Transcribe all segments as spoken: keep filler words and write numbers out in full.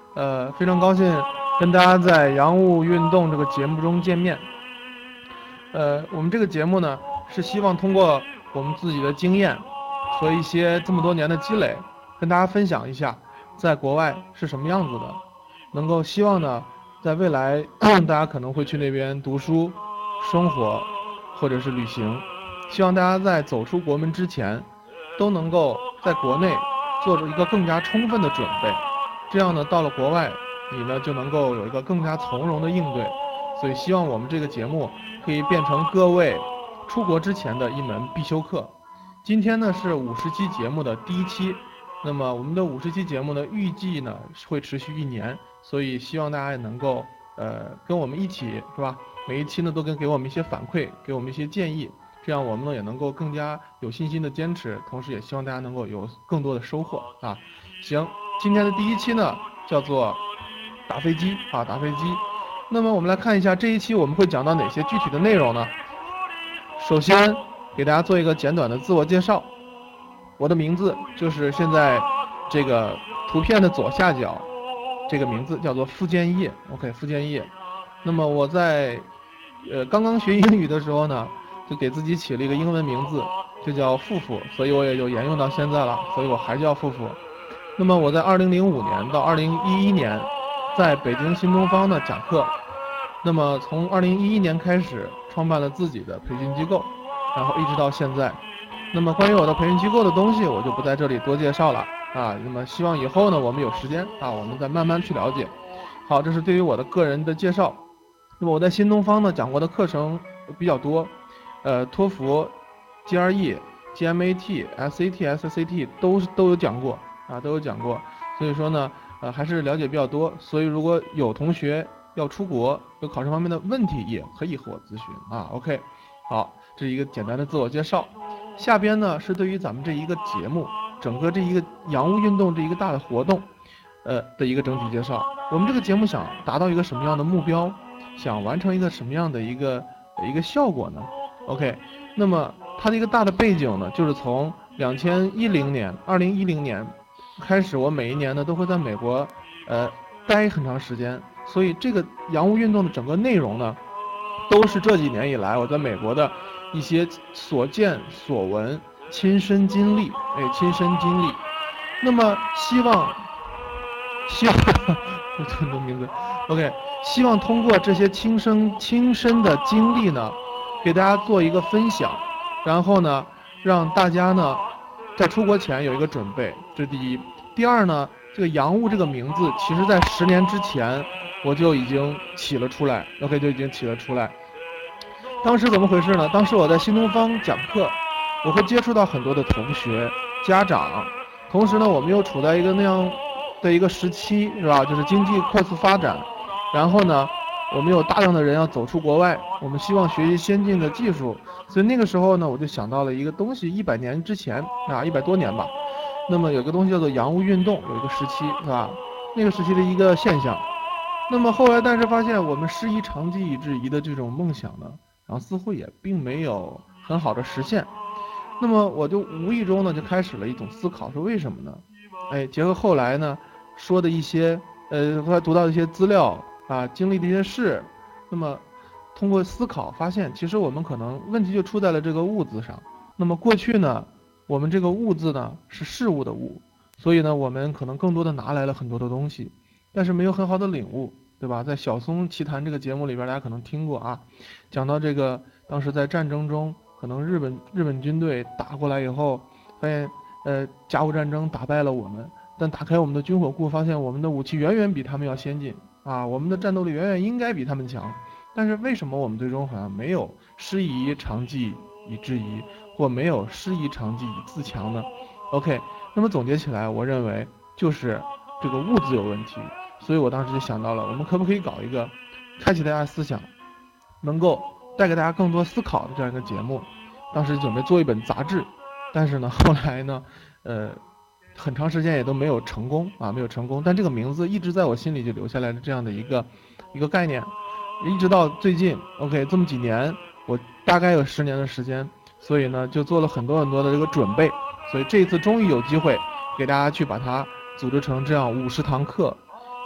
呃，非常高兴跟大家在洋务运动这个节目中见面。呃，我们这个节目呢，是希望通过我们自己的经验和一些这么多年的积累，跟大家分享一下在国外是什么样子的，能够希望呢，在未来大家可能会去那边读书、生活或者是旅行，希望大家在走出国门之前，都能够在国内做出一个更加充分的准备，这样呢，到了国外，你呢就能够有一个更加从容的应对。所以希望我们这个节目可以变成各位出国之前的一门必修课。今天呢是五十期节目的第一期，那么我们的五十期节目呢，预计呢会持续一年，所以希望大家也能够呃跟我们一起，是吧？每一期呢都跟给我们一些反馈，给我们一些建议，这样我们呢也能够更加有信心的坚持，同时也希望大家能够有更多的收获啊。行，今天的第一期呢叫做打飞机啊，打飞机。那么我们来看一下这一期我们会讲到哪些具体的内容呢？首先给大家做一个简短的自我介绍，我的名字就是现在这个图片的左下角，这个名字叫做傅建业 ，OK， 傅建业。那么我在呃刚刚学英语的时候呢，就给自己起了一个英文名字，就叫富富，所以我也就沿用到现在了，所以我还叫富富。那么我在二零零五年到二零一一年，在北京新东方呢讲课。那么从二零一一年开始创办了自己的培训机构，然后一直到现在。那么关于我的培训机构的东西，我就不在这里多介绍了啊。那么希望以后呢，我们有时间啊，我们再慢慢去了解。好，这是对于我的个人的介绍。那么我在新东方呢讲过的课程比较多，呃，托福、G R E、G M A T、S A T、S C T 都都有讲过啊，都有讲过。所以说呢，呃，还是了解比较多。所以如果有同学要出国有考试方面的问题，也可以和我咨询啊。OK， 好，这是一个简单的自我介绍。下边呢是对于咱们这一个节目，整个这一个洋务运动这一个大的活动，呃的一个整体介绍。我们这个节目想达到一个什么样的目标，想完成一个什么样的一个一个效果呢 ？OK， 那么它的一个大的背景呢，就是从两千一零年、二零一零年开始，我每一年呢都会在美国，呃，待很长时间。所以这个洋务运动的整个内容呢，都是这几年以来我在美国的一些所见所闻、亲身经历，哎，亲身经历。那么希望，希望，我这个名字 ，OK， 希望通过这些亲身亲身的经历呢，给大家做一个分享，然后呢，让大家呢，在出国前有一个准备，这是第一。第二呢，这个洋务这个名字，其实在十年之前。我就已经起了出来 ，OK， 就已经起了出来。当时怎么回事呢？当时我在新东方讲课，我会接触到很多的同学、家长，同时呢，我们又处在一个那样的一个时期，是吧？就是经济快速发展，然后呢，我们有大量的人要走出国外，我们希望学习先进的技术，所以那个时候呢，我就想到了一个东西，一百年之前啊，一百多年吧，那么有个东西叫做洋务运动，有一个时期，是吧？那个时期的一个现象。那么后来，但是发现我们师夷长技以制夷的这种梦想呢，然后似乎也并没有很好的实现。那么我就无意中呢就开始了一种思考，说为什么呢？哎，结合后来呢说的一些，呃，后来读到一些资料啊，经历的一些事，那么通过思考发现，其实我们可能问题就出在了这个物字上。那么过去呢，我们这个物字呢是事物的物，所以呢我们可能更多的拿来了很多的东西。但是没有很好的领悟，对吧？在小松奇谈这个节目里边，大家可能听过啊，讲到这个当时在战争中，可能日本日本军队打过来以后，发现呃甲午战争打败了我们，但打开我们的军火库，发现我们的武器远远比他们要先进啊，我们的战斗力远远应该比他们强，但是为什么我们最终好像没有师夷长技以制夷，或没有师夷长技以自强呢 ？OK， 那么总结起来，我认为就是这个物字有问题。所以我当时就想到了，我们可不可以搞一个开启大家思想，能够带给大家更多思考的这样一个节目。当时准备做一本杂志，但是呢后来呢呃很长时间也都没有成功啊，没有成功。但这个名字一直在我心里就留下来的这样的一个一个概念，一直到最近 OK 这么几年，我大概有十年的时间，所以呢就做了很多很多的这个准备，所以这一次终于有机会给大家去把它组织成这样五十堂课。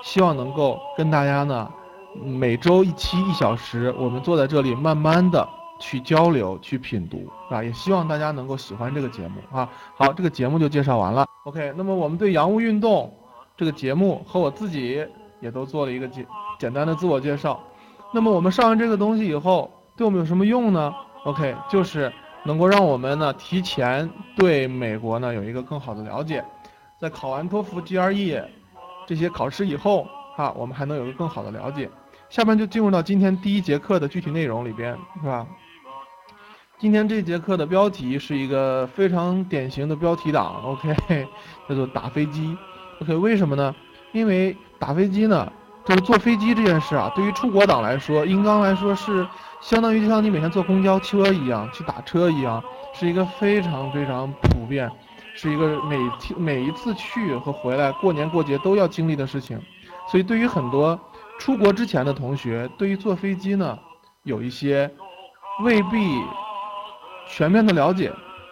希望能够跟大家呢每周一期一小时，我们坐在这里慢慢的去交流去品读啊，也希望大家能够喜欢这个节目啊。好，这个节目就介绍完了。 OK， 那么我们对洋务运动这个节目和我自己也都做了一个简简单的自我介绍。那么我们上完这个东西以后对我们有什么用呢？ OK， 就是能够让我们呢提前对美国呢有一个更好的了解，在考完托福 G R E 这些考试以后啊，我们还能有个更好的了解。下面就进入到今天第一节课的具体内容里边，是吧？今天这节课的标题是一个非常典型的标题党 ，OK， 叫做打飞机。OK， 为什么呢？因为打飞机呢，就是坐飞机这件事啊，对于出国党来说，应当来说是相当于就像你每天坐公交车一样，去打车一样，是一个非常非常普遍，是一个每天每一次去和回来，过年过节都要经历的事情。所以对于很多出国之前的同学，对于坐飞机呢，有一些未必全面的了解。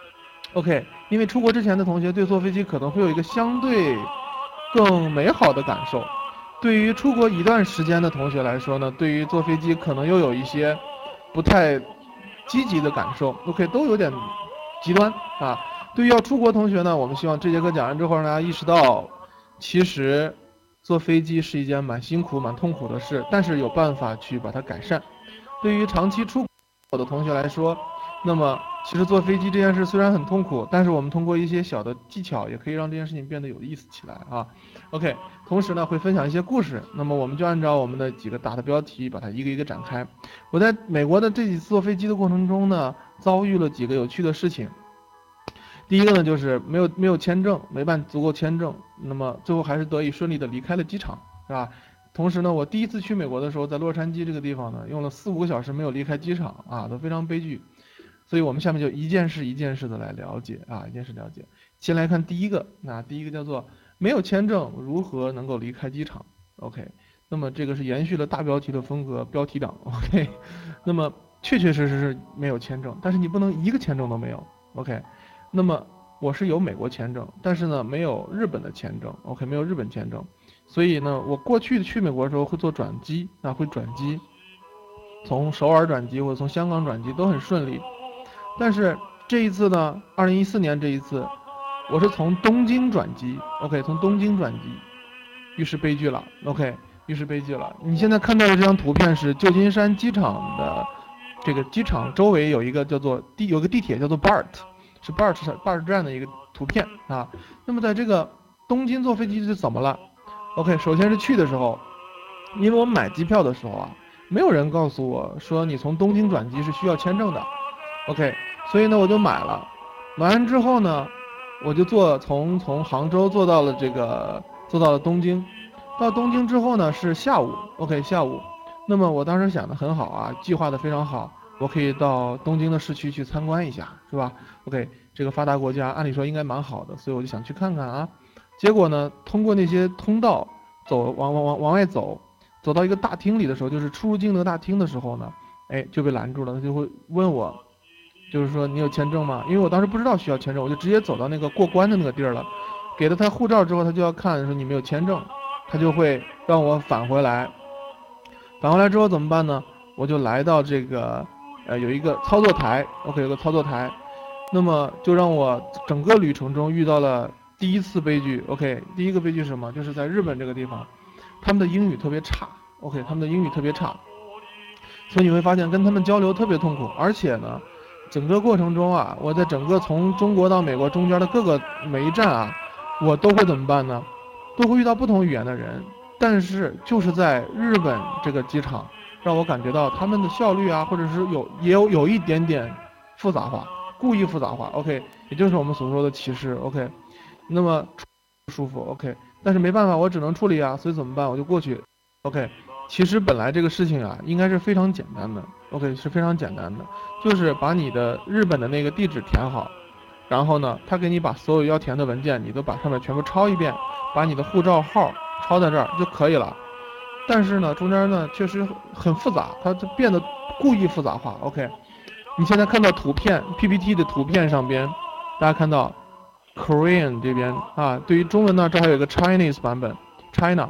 OK， 因为出国之前的同学对坐飞机可能会有一个相对更美好的感受，对于出国一段时间的同学来说呢，对于坐飞机可能又有一些不太积极的感受。 OK， 都有点极端啊。对于要出国同学呢，我们希望这节课讲完之后让大家意识到，其实坐飞机是一件蛮辛苦蛮痛苦的事，但是有办法去把它改善。对于长期出国的同学来说，那么其实坐飞机这件事虽然很痛苦，但是我们通过一些小的技巧也可以让这件事情变得有意思起来啊。 OK， 同时呢会分享一些故事，那么我们就按照我们的几个大的标题把它一个一个展开。我在美国的这几次坐飞机的过程中呢，遭遇了几个有趣的事情。第一个呢就是没有没有签证，没办足够签证，那么最后还是得以顺利的离开了机场，是吧？同时呢，我第一次去美国的时候，在洛杉矶这个地方呢，用了四五个小时没有离开机场啊，都非常悲剧。所以我们下面就一件事一件事的来了解啊，一件事了解。先来看第一个，那第一个叫做没有签证如何能够离开机场 ？OK， 那么这个是延续了大标题的风格，标题党 OK， 那么确确实实是没有签证，但是你不能一个签证都没有 OK， 那么我是有美国签证，但是呢没有日本的签证 OK， 没有日本签证，所以呢我过去去美国的时候会做转机啊，会转机，从首尔转机或者从香港转机都很顺利。但是这一次呢，二零一四年这一次，我是从东京转机 ，OK， 从东京转机，于是悲剧了 ，OK， 于是悲剧了。你现在看到的这张图片是旧金山机场的，这个机场周围有一个叫做地，有个地铁叫做 B A R T， 是 B A R T B A R T 站的一个图片啊。那么在这个东京坐飞机是怎么了 ？OK， 首先是去的时候，因为我买机票的时候啊，没有人告诉我说你从东京转机是需要签证的。OK， 所以呢我就买了，买完之后呢，我就坐从从杭州坐到了这个坐到了东京，到东京之后呢是下午 ，OK 下午，那么我当时想的很好啊，计划的非常好，我可以到东京的市区去参观一下，是吧 ？OK， 这个发达国家按理说应该蛮好的，所以我就想去看看啊。结果呢，通过那些通道走往往往往外走，走到一个大厅里的时候，就是出入境的大厅的时候呢，哎就被拦住了，他就会问我。就是说你有签证吗？因为我当时不知道需要签证，我就直接走到那个过关的那个地儿了，给了他护照之后，他就要看说你没有签证，他就会让我返回来。返回来之后怎么办呢？我就来到这个呃有一个操作台 ，OK 有个操作台，那么就让我整个旅程中遇到了第一次悲剧 ，OK 第一个悲剧是什么？就是在日本这个地方，他们的英语特别差 ，OK 他们的英语特别差，所以你会发现跟他们交流特别痛苦，而且呢。整个过程中啊，我在整个从中国到美国中间的各个每一站啊，我都会怎么办呢？都会遇到不同语言的人，但是就是在日本这个机场，让我感觉到他们的效率啊，或者是有也有有一点点复杂化，故意复杂化 ，OK， 也就是我们所说的歧视 ，OK， 那么不舒服 ，OK， 但是没办法，我只能处理啊，所以怎么办？我就过去 ，OK。其实本来这个事情啊，应该是非常简单的 ，OK 是非常简单的，就是把你的日本的那个地址填好，然后呢，他给你把所有要填的文件，你都把上面全部抄一遍，把你的护照号抄在这儿就可以了。但是呢，中间呢确实很复杂，它就变得故意复杂化 ，OK。你现在看到图片 P P T 的图片上边，大家看到 Korean 这边啊，对于中文呢，这还有一个 Chinese 版本 China。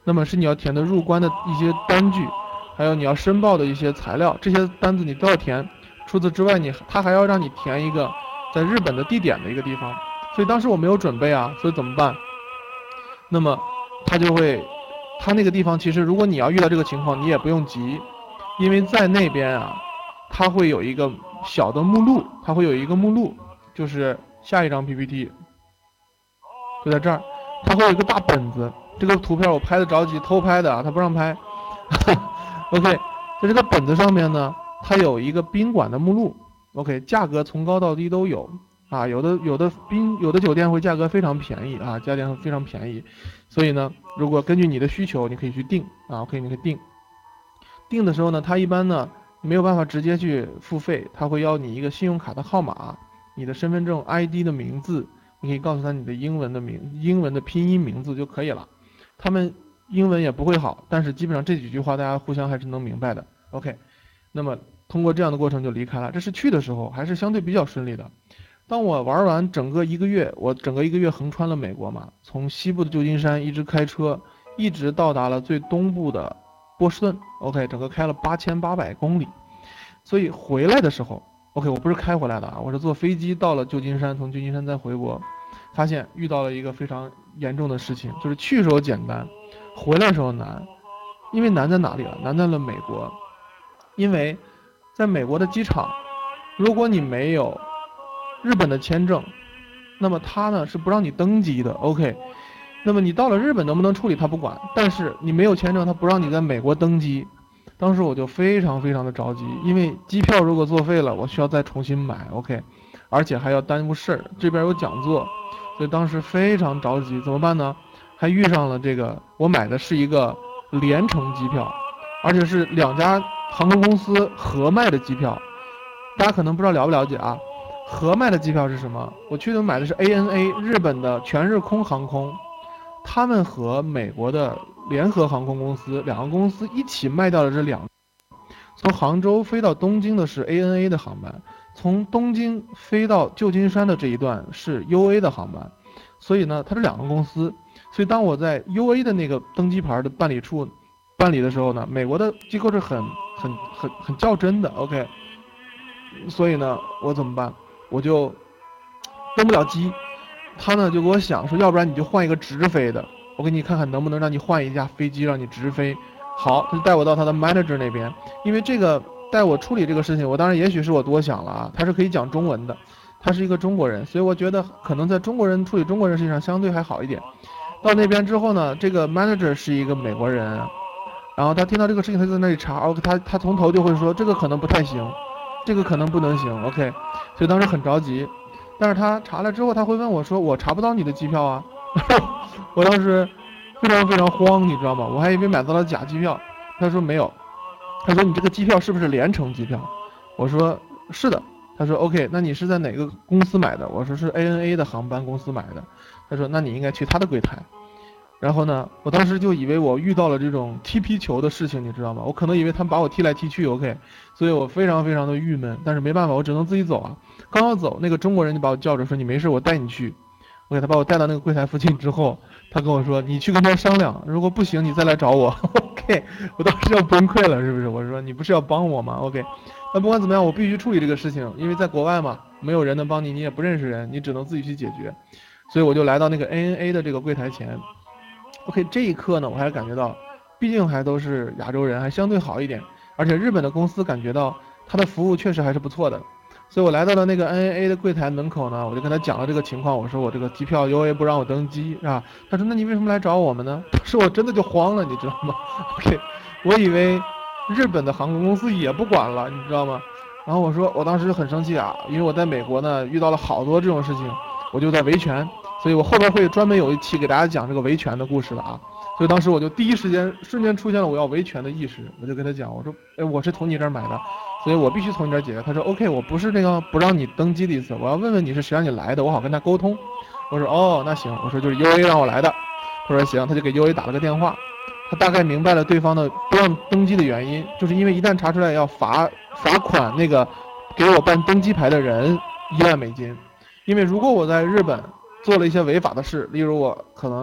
那么是你要填的入关的一些单据，还有你要申报的一些材料，这些单子你都要填。除此之外，你他还要让你填一个在日本的地点的一个地方，所以当时我没有准备啊，所以怎么办？那么他就会，他那个地方其实如果你要遇到这个情况，你也不用急，因为在那边啊，他会有一个小的目录，他会有一个目录，就是下一张 P P T， 就在这儿，他会有一个大本子，这个图片我拍的着急，偷拍的啊，他不让拍。OK， 在这个本子上面呢，它有一个宾馆的目录 ，OK， 价格从高到低都有啊，有的有的宾有的酒店会价格非常便宜啊，价钱非常便宜，所以呢，如果根据你的需求，你可以去订啊，OK， 你可以订。订的时候呢，它一般呢没有办法直接去付费，它会要你一个信用卡的号码、你的身份证 I D 的名字，你可以告诉他你的英文的名英文的拼音名字就可以了。他们英文也不会好，但是基本上这几句话大家互相还是能明白的。OK， 那么通过这样的过程就离开了。这是去的时候还是相对比较顺利的。当我玩完整个一个月，我整个一个月横穿了美国嘛，从西部的旧金山一直开车，一直到达了最东部的波士顿。OK， 整个开了八千八百公里。所以回来的时候 ，OK， 我不是开回来的啊，我是坐飞机到了旧金山，从旧金山再回国，发现遇到了一个非常严重的事情，就是去时候简单，回来的时候难。因为难在哪里了？难在了美国，因为在美国的机场，如果你没有日本的签证，那么他呢是不让你登机的。OK， 那么你到了日本能不能处理他不管，但是你没有签证，他不让你在美国登机。当时我就非常非常的着急，因为机票如果作废了，我需要再重新买。OK， 而且还要耽误事儿，这边有讲座，所以当时非常着急，怎么办呢？还遇上了这个，我买的是一个联程机票，而且是两家航空公司合卖的机票。大家可能不知道了不了解啊？合卖的机票是什么？我去年买的是 A N A 日本的全日空航空，他们和美国的联合航空公司两个公司一起卖掉了这两，从杭州飞到东京的是 A N A 的航班，从东京飞到旧金山的这一段是 U A 的航班，所以呢，它是两个公司。所以当我在 U A 的那个登机牌的办理处办理的时候呢，美国的机构是很很很很较真的 ，OK。所以呢，我怎么办？我就登不了机，他呢就给我想说，要不然你就换一个直飞的，我给你看看能不能让你换一架飞机让你直飞。好，他就带我到他的 manager 那边，因为这个带我处理这个事情，我当然也许是我多想了啊，他是可以讲中文的，他是一个中国人，所以我觉得可能在中国人处理中国人事情上相对还好一点。到那边之后呢，这个 manager 是一个美国人，然后他听到这个事情，他就在那里查 ，OK， 他他从头就会说这个可能不太行，这个可能不能行 ，OK， 所以当时很着急，但是他查了之后，他会问我说，我查不到你的机票啊，我当时非常非常慌，你知道吗？我还以为买到了假机票，他说没有，他说你这个机票是不是联程机票？我说是的，他说 OK， 那你是在哪个公司买的？我说是 A N A 的航班公司买的，他说那你应该去他的柜台。然后呢，我当时就以为我遇到了这种踢皮球的事情，你知道吗？我可能以为他们把我踢来踢去 ，OK， 所以我非常非常的郁闷，但是没办法，我只能自己走啊。刚要走，那个中国人就把我叫着说：“你没事，我带你去。” OK， 他把我带到那个柜台附近之后，他跟我说：“你去跟他商量，如果不行，你再来找我。”OK， 我当时要崩溃了，是不是？我说：“你不是要帮我吗 ？”OK， 那不管怎么样，我必须处理这个事情，因为在国外嘛，没有人能帮你，你也不认识人，你只能自己去解决。所以我就来到那个 A N A 的这个柜台前。OK， 这一刻呢，我还感觉到，毕竟还都是亚洲人，还相对好一点，而且日本的公司感觉到他的服务确实还是不错的，所以我来到了那个 N A A 的柜台门口呢，我就跟他讲了这个情况，我说我这个机票 U A 不让我登机啊，他说那你为什么来找我们呢？当时我真的就慌了，你知道吗 ？OK， 我以为日本的航空公司也不管了，你知道吗？然后我说我当时很生气啊，因为我在美国呢遇到了好多这种事情，我就在维权。所以我后边会专门有一期给大家讲这个维权的故事的啊，所以当时我就第一时间瞬间出现了我要维权的意识，我就跟他讲，我说，哎，我是从你这儿买的，所以我必须从你这儿解决。他说 OK， 我不是那个不让你登机的意思，我要问问你是谁让你来的，我好跟他沟通。我说哦，那行，我说就是 U A 让我来的。他说行，他就给 U A 打了个电话，他大概明白了对方的不让登机的原因，就是因为一旦查出来要罚罚款那个给我办登机牌的人一万美金，因为如果我在日本做了一些违法的事，例如我可能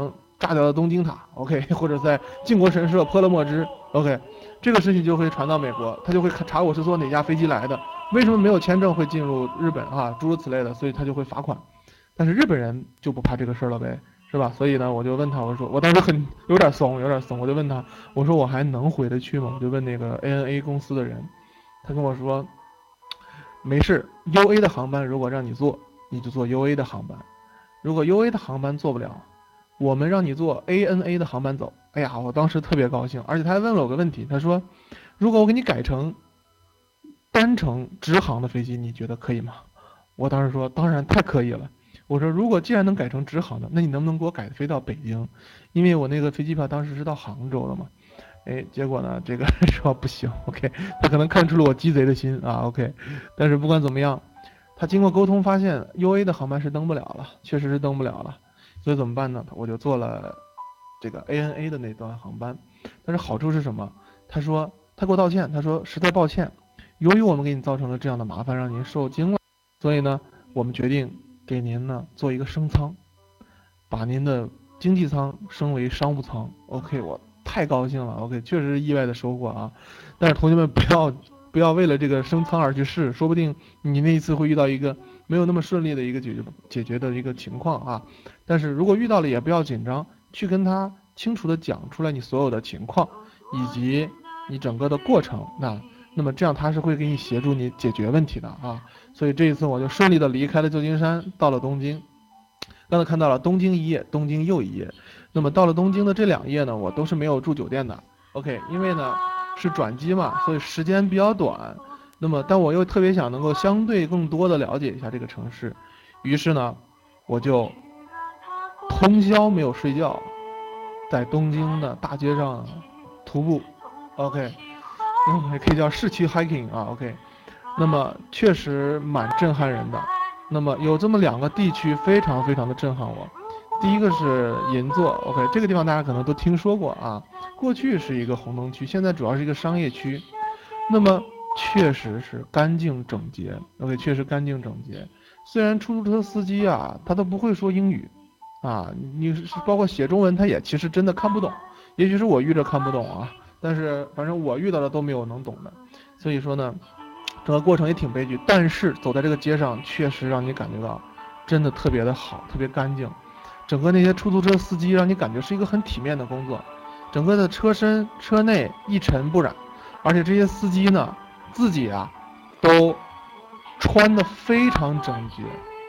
炸掉了东京塔 ，OK， 或者在靖国神社泼了墨汁 ，OK， 这个事情就会传到美国，他就会查我是坐哪架飞机来的，为什么没有签证会进入日本啊，诸如此类的，所以他就会罚款。但是日本人就不怕这个事儿了呗，是吧？所以呢，我就问他，我说我当时很有点怂，有点怂，我就问他，我说我还能回得去吗？我就问那个 A N A 公司的人，他跟我说，没事 ，U A 的航班如果让你坐，你就坐 U A 的航班；如果 U A 的航班坐不了，我们让你坐 A N A 的航班走。哎呀，我当时特别高兴，而且他还问了我个问题，他说，如果我给你改成单程直航的飞机，你觉得可以吗？我当时说，当然太可以了。我说，如果既然能改成直航的，那你能不能给我改飞到北京？因为我那个飞机票当时是到杭州的嘛。哎，结果呢，这个说不行 ，OK，他可能看出了我鸡贼的心啊 ，OK，但是不管怎么样，他经过沟通发现 U A 的航班是登不了了，确实是登不了了，所以怎么办呢？我就做了这个 A N A 的那段航班，但是好处是什么？他说他给我道歉，他说实在抱歉，由于我们给你造成了这样的麻烦，让您受惊了，所以呢，我们决定给您呢做一个升舱，把您的经济舱升为商务舱。OK，我太高兴了。OK，确实是意外的收获啊。但是同学们不要不要为了这个升舱而去试，说不定你那一次会遇到一个没有那么顺利的一个解决解决的一个情况啊。但是如果遇到了也不要紧张，去跟他清楚的讲出来你所有的情况以及你整个的过程，那那么这样他是会给你协助你解决问题的啊。所以这一次我就顺利的离开了旧金山，到了东京。刚才看到了东京一夜，东京又一夜。那么到了东京的这两夜呢，我都是没有住酒店的。OK，因为呢是转机嘛，所以时间比较短。那么但我又特别想能够相对更多的了解一下这个城市，于是呢我就通宵没有睡觉，在东京的大街上徒步。OK， 嗯，也可以叫市区 hiking 啊。OK， 那么确实蛮震撼人的。那么有这么两个地区非常非常的震撼我。第一个是银座 ，OK， 这个地方大家可能都听说过啊，过去是一个红灯区，现在主要是一个商业区。那么确实是干净整洁 ，OK， 确实干净整洁。虽然出租车司机啊，他都不会说英语，啊，你是包括写中文，他也其实真的看不懂。也许是我遇着看不懂啊，但是反正我遇到的都没有能懂的。所以说呢，整个过程也挺悲剧。但是走在这个街上，确实让你感觉到真的特别的好，特别干净。整个那些出租车司机让你感觉是一个很体面的工作，整个的车身车内一尘不染，而且这些司机呢自己啊都穿的非常整洁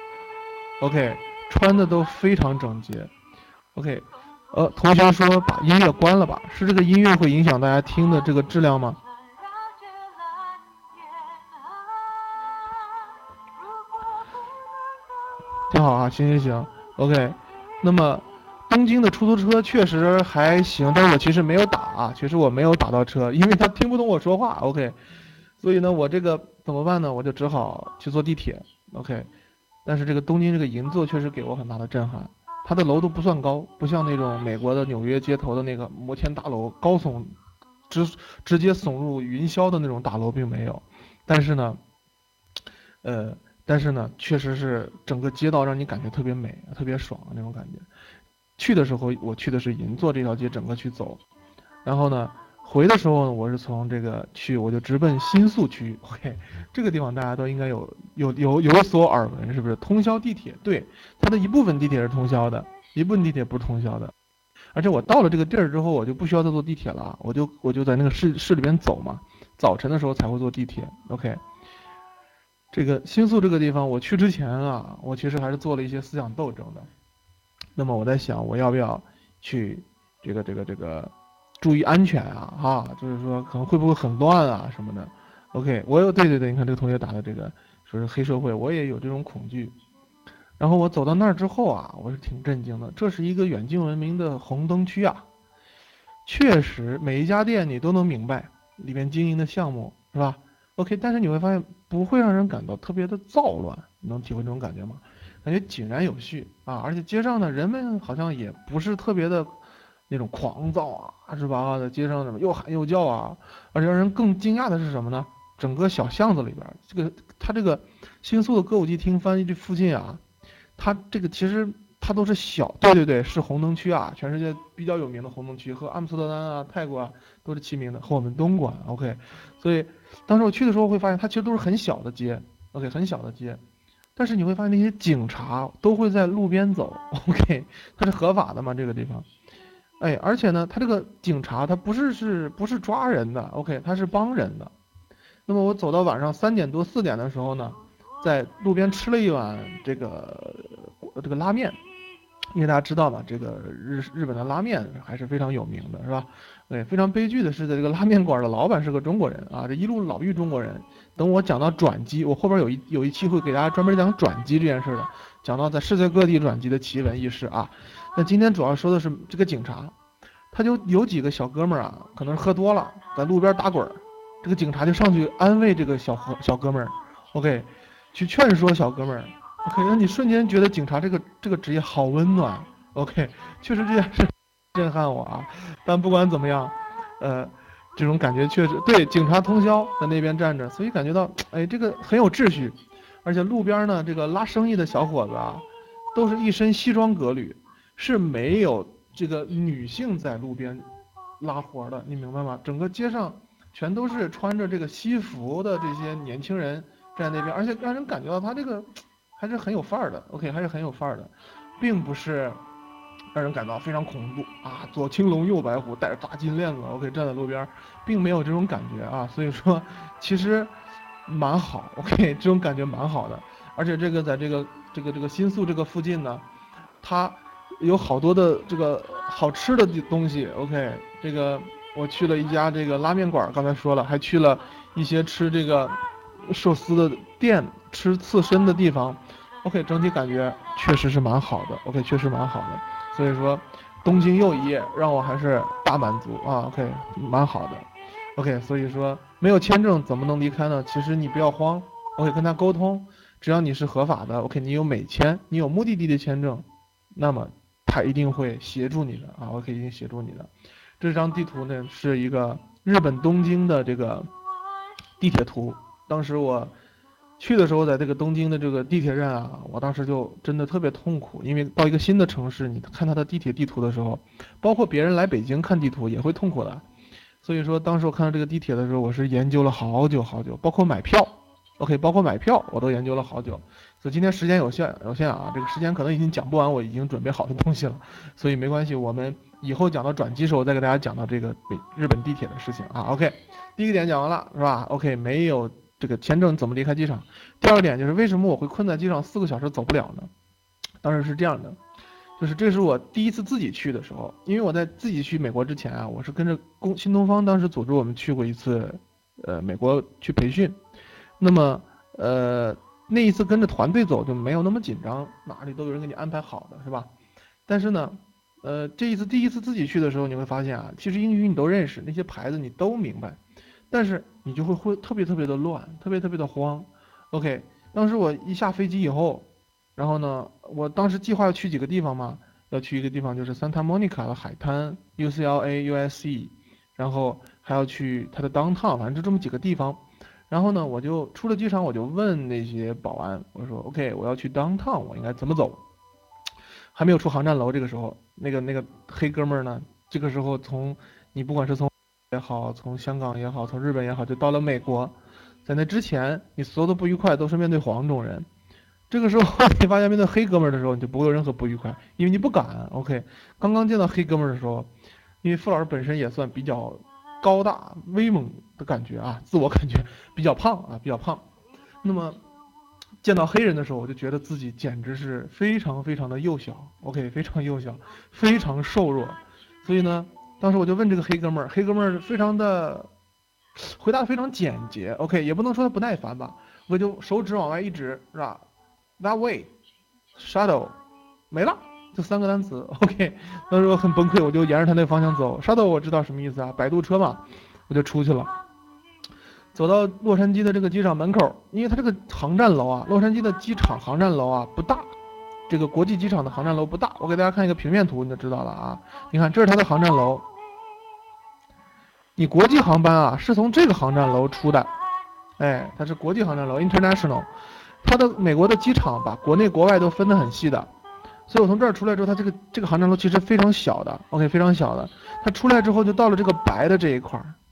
，OK， 穿的都非常整洁 ，OK， 呃，同学说把音乐关了吧，是这个音乐会影响大家听的这个质量吗？挺好啊，行行行 ，OK。那么东京的出租车确实还行，但是我其实没有打啊，其实我没有打到车，因为他听不懂我说话 ，OK，所以呢，我这个怎么办呢？我就只好去坐地铁 ，OK，但是这个东京这个银座确实给我很大的震撼，它的楼都不算高，不像那种美国的纽约街头的那个摩天大楼高耸，直直接耸入云霄的那种大楼并没有，但是呢，呃。但是呢，确实是整个街道让你感觉特别美、特别爽的那种感觉。去的时候，我去的是银座这条街整个去走，然后呢，回的时候呢，我是从这个去，我就直奔新宿区。OK，这个地方大家都应该有有有有所耳闻，是不是？通宵地铁，对，它的一部分地铁是通宵的，一部分地铁不是通宵的。而且我到了这个地儿之后，我就不需要再坐地铁了，我就我就在那个市市里边走嘛，早晨的时候才会坐地铁。OK。这个新宿这个地方，我去之前啊，我其实还是做了一些思想斗争的。那么我在想，我要不要去这个这个这个注意安全啊？哈，就是说可能会不会很乱啊什么的。OK，我有对对对，你看这个同学打的这个说是黑社会，我也有这种恐惧。然后我走到那儿之后啊，我是挺震惊的，这是一个远近闻名的红灯区啊。确实，每一家店你都能明白里面经营的项目是吧？OK，但是你会发现不会让人感到特别的躁乱，你能体会这种感觉吗？感觉井然有序啊，而且街上呢，人们好像也不是特别的那种狂躁啊，是吧？在街上怎么又喊又叫啊？而且让人更惊讶的是什么呢？整个小巷子里边，这个它这个新宿的歌舞伎町翻译这附近啊，它这个其实它都是小，对对对，是红灯区啊，全世界比较有名的红灯区，和阿姆斯特丹啊、泰国啊都是齐名的，和我们东莞 OK。所以当时我去的时候会发现，它其实都是很小的街 OK， 很小的街，但是你会发现那些警察都会在路边走 OK， 它是合法的嘛这个地方。哎，而且呢，他这个警察他不是是不是抓人的 OK， 他是帮人的。那么我走到晚上三点多四点的时候呢，在路边吃了一碗这个这个拉面，因为大家知道嘛，这个日日本的拉面还是非常有名的，是吧？对，非常悲剧的是，在这个拉面馆的老板是个中国人啊，这一路老遇中国人。等我讲到转机，我后边有一有一期会给大家专门讲转机这件事的，讲到在世界各地转机的奇闻异事啊。那今天主要说的是这个警察，他就有几个小哥们儿啊，可能是喝多了，在路边打滚儿，这个警察就上去安慰这个小小小哥们儿 ，OK， 去劝说小哥们儿。OK， 让你瞬间觉得警察这个这个职业好温暖。OK， 确实这件事震撼我啊。但不管怎么样，呃，这种感觉确实对，警察通宵在那边站着，所以感觉到哎，这个很有秩序。而且路边呢，这个拉生意的小伙子啊，都是一身西装革履，是没有这个女性在路边拉活的，你明白吗？整个街上全都是穿着这个西服的这些年轻人站在那边，而且让人感觉到他这个还是很有范儿的 OK， 还是很有范儿的，并不是让人感到非常恐怖啊，左青龙右白虎，带着大金链子 OK 站在路边，并没有这种感觉啊。所以说其实蛮好 OK， 这种感觉蛮好的。而且这个在这个这个这个新宿这个附近呢，它有好多的这个好吃的东西 OK。 这个我去了一家这个拉面馆，刚才说了，还去了一些吃这个寿司的店，吃刺身的地方 OK， 整体感觉确实是蛮好的 OK， 确实蛮好的。所以说东京又一夜让我还是大满足啊 OK， 蛮好的 OK。 所以说没有签证怎么能离开呢？其实你不要慌 OK， 跟他沟通，只要你是合法的 OK， 你有美签，你有目的地的签证，那么他一定会协助你的啊 OK， 一定协助你的。这张地图呢是一个日本东京的这个地铁图，当时我去的时候，在这个东京的这个地铁站啊，我当时就真的特别痛苦，因为到一个新的城市，你看它的地铁地图的时候，包括别人来北京看地图也会痛苦的。所以说，当时我看到这个地铁的时候，我是研究了好久好久，包括买票 ，OK， 包括买票我都研究了好久。所以今天时间有限有限啊，这个时间可能已经讲不完我已经准备好的东西了，所以没关系，我们以后讲到转机时候再给大家讲到这个北日本地铁的事情啊。OK， 第一个点讲完了是吧 ？OK， 没有这个签证怎么离开机场？第二个点就是为什么我会困在机场四个小时走不了呢？当时是这样的，就是这是我第一次自己去的时候，因为我在自己去美国之前啊，我是跟着公新东方当时组织我们去过一次，呃，美国去培训。那么呃那一次跟着团队走就没有那么紧张，哪里都有人给你安排好的是吧？但是呢，呃这一次第一次自己去的时候，你会发现啊，其实英语你都认识，那些牌子你都明白，但是你就会会特别特别的乱，特别特别的慌。OK， 当时我一下飞机以后，然后呢，我当时计划要去几个地方嘛，要去一个地方就是 Santa Monica 的海滩 U C L A、U S C， 然后还要去它的 downtown， 反正就这么几个地方。然后呢，我就出了机场，我就问那些保安，我说 OK， 我要去 downtown， 我应该怎么走？还没有出航站楼，这个时候，那个那个黑哥们儿呢，这个时候从你不管是从也好，从香港也好，从日本也好，就到了美国。在那之前，你所有的不愉快都是面对黄种人。这个时候你发现面对黑哥们儿的时候，你就不会有任何不愉快，因为你不敢。OK， 刚刚见到黑哥们儿的时候，因为傅老师本身也算比较高大威猛的感觉啊，自我感觉比较胖啊，比较胖。那么见到黑人的时候，我就觉得自己简直是非常非常的幼小 ，OK， 非常幼小，非常瘦弱。所以呢，当时我就问这个黑哥们儿，黑哥们儿非常的回答非常简洁 ，OK， 也不能说他不耐烦吧，我就手指往外一指，是吧 ？That way, shadow， 没了，就三个单词 ，OK。当时我很崩溃，我就沿着他那方向走。shadow 我知道什么意思啊，摆渡车嘛，我就出去了。走到洛杉矶的这个机场门口，因为它这个航站楼啊，洛杉矶的机场航站楼啊不大，这个国际机场的航站楼不大。我给大家看一个平面图，你就知道了啊。你看，这是它的航站楼。你国际航班啊是从这个航站楼出的，哎，它是国际航站楼 international。它的美国的机场把国内国外都分得很细的。 所以我从这儿出来之后，它这个这个航站楼其实非常小的 ，OK， 非常小的。它出来之后就到了这个白的这一块儿，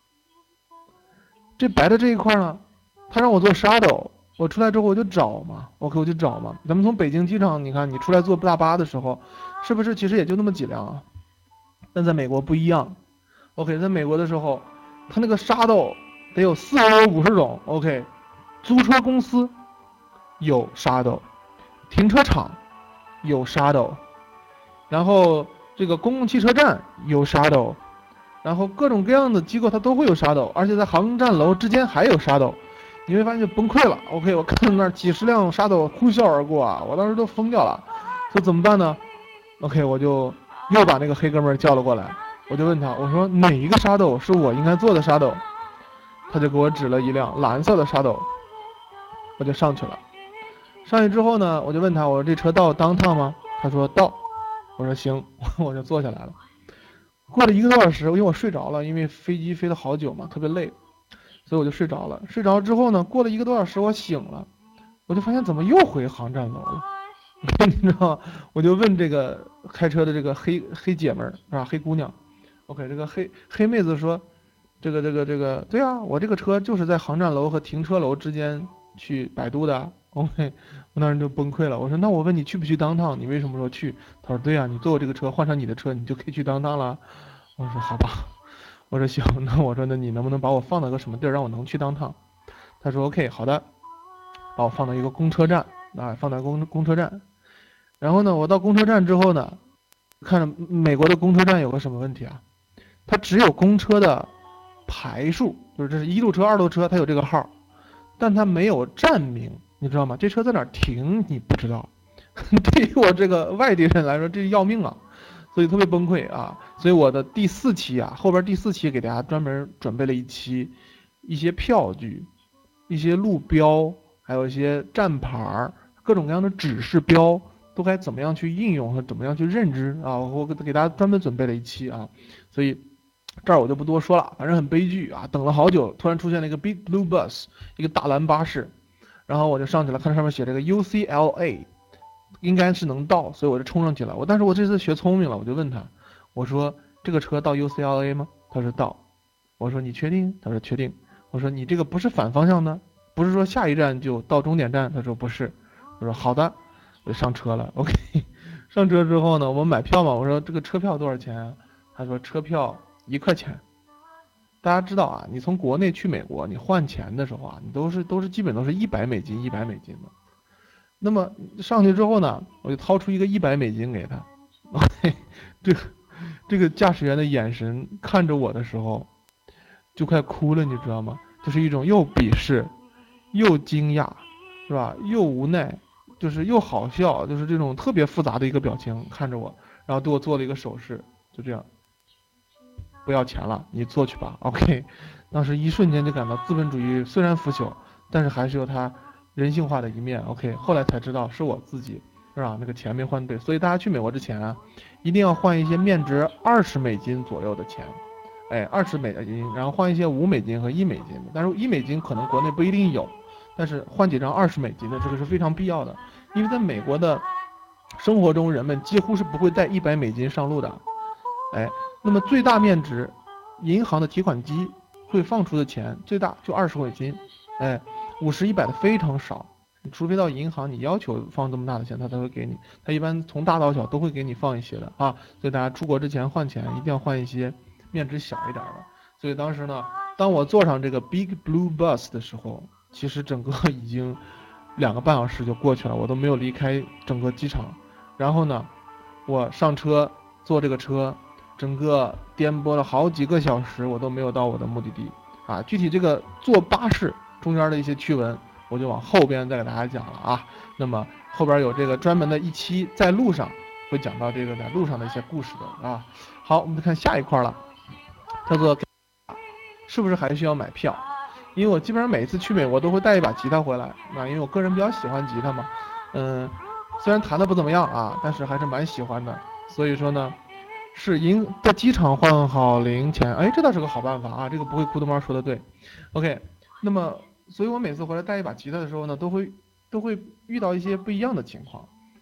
这白的这一块呢，它让我做 shadow， 我出来之后我就找嘛，OK， 我就找嘛。咱们从北京机场，你看你出来坐大巴的时候，是不是其实也就那么几辆啊？但在美国不一样 ，OK， 在美国的时候，它那个 shadow 得有四十五十种 ，OK， 租车公司有 shadow， 停车场有 shadow， 然后这个公共汽车站有 shadow， 然后各种各样的机构它都会有 shadow， 而且在航站楼之间还有 shadow， 你会发现就崩溃了。OK， 我看到那儿几十辆 shadow 呼啸而过啊，我当时都疯掉了，说怎么办呢 ？OK， 我就又把那个黑哥们儿叫了过来，我就问他，我说哪一个 shadow 是我应该坐的 shadow？ 他就给我指了一辆蓝色的 shadow， 我就上去了。上去之后呢，我就问他，我说这车到 downtown 吗？他说到。我说行，我就坐下来了。过了一个多小时，因为我睡着了，因为飞机飞了好久嘛，特别累，所以我就睡着了。睡着之后呢，过了一个多小时，我醒了，我就发现怎么又回航站楼了，你知道吗？我就问这个开车的这个黑黑姐们儿是吧，黑姑娘 ，OK， 这个黑黑妹子说，这个这个这个，对啊，我这个车就是在航站楼和停车楼之间去摆渡的。OK， 我当时就崩溃了。我说，那我问你去不去downtown？你为什么说去？他说，对啊，你坐我这个车，换上你的车，你就可以去downtown了。我说，好吧。我说行，那我说那你能不能把我放到个什么地儿，让我能去downtown？他说 OK， 好的，把我放到一个公车站啊，放到公公车站。然后呢，我到公车站之后呢，看着美国的公车站有个什么问题啊？它只有公车的排数，就是这是一路车、二路车，它有这个号，但它没有站名。你知道吗？这车在哪儿停你不知道，对于我这个外地人来说，这是要命啊，所以特别崩溃啊。所以我的第四期啊，后边第四期给大家专门准备了一期，一些票据、一些路标，还有一些站牌、各种各样的指示标，都该怎么样去应用和怎么样去认知啊。我给大家专门准备了一期啊，所以这儿我就不多说了，反正很悲剧啊，等了好久，突然出现了一个 Big Blue Bus， 一个大蓝巴士。然后我就上去了，看上面写这个 U C L A， 应该是能到，所以我就冲上去了。我但是我这次学聪明了，我就问他，我说这个车到 U C L A 吗？他说到。我说你确定？他说确定。我说你这个不是反方向的，不是说下一站就到终点站？他说不是。我说好的，我就上车了。OK， 上车之后呢，我们买票嘛，我说这个车票多少钱啊？他说车票一块钱。大家知道啊，你从国内去美国，你换钱的时候啊，你都是都是基本都是一百美金，一百美金的。那么上去之后呢，我就掏出一个一百美金给他。OK， 这个这个驾驶员的眼神看着我的时候，就快哭了，你知道吗？就是一种又鄙视，又惊讶，是吧？又无奈，就是又好笑，就是这种特别复杂的一个表情看着我，然后对我做了一个手势，就这样。不要钱了，你坐去吧。OK， 当时一瞬间就感到资本主义虽然腐朽，但是还是有它人性化的一面。OK， 后来才知道是我自己是吧？那个钱没换对，所以大家去美国之前啊，一定要换一些面值二十美金左右的钱，哎，二十美金，然后换一些五美金和一美金的。但是一美金可能国内不一定有，但是换几张二十美金的这个是非常必要的，因为在美国的生活中，人们几乎是不会带一百美金上路的，哎。那么最大面值，银行的提款机会放出的钱最大就二十美金，哎，五十、一百的非常少，除非到银行你要求放这么大的钱，他才会给你。他一般从大到小都会给你放一些的啊，所以大家出国之前换钱一定要换一些面值小一点的。所以当时呢，当我坐上这个 Big Blue Bus 的时候，其实整个已经两个半小时就过去了，我都没有离开整个机场。然后呢，我上车坐这个车。整个颠簸了好几个小时，我都没有到我的目的地啊！具体这个坐巴士中间的一些趣闻，我就往后边再给大家讲了啊。那么后边有这个专门的一期在路上会讲到这个在路上的一些故事的啊。好，我们看下一块了，叫做是不是还需要买票？因为我基本上每一次去美国都会带一把吉他回来啊，因为我个人比较喜欢吉他嘛，嗯，虽然弹的不怎么样啊，但是还是蛮喜欢的。所以说呢。是银在机场换好零钱，哎，这倒是个好办法啊！这个不会哭的猫说的对 ，OK。那么，所以我每次回来带一把吉他的时候呢，都会都会遇到一些不一样的情况。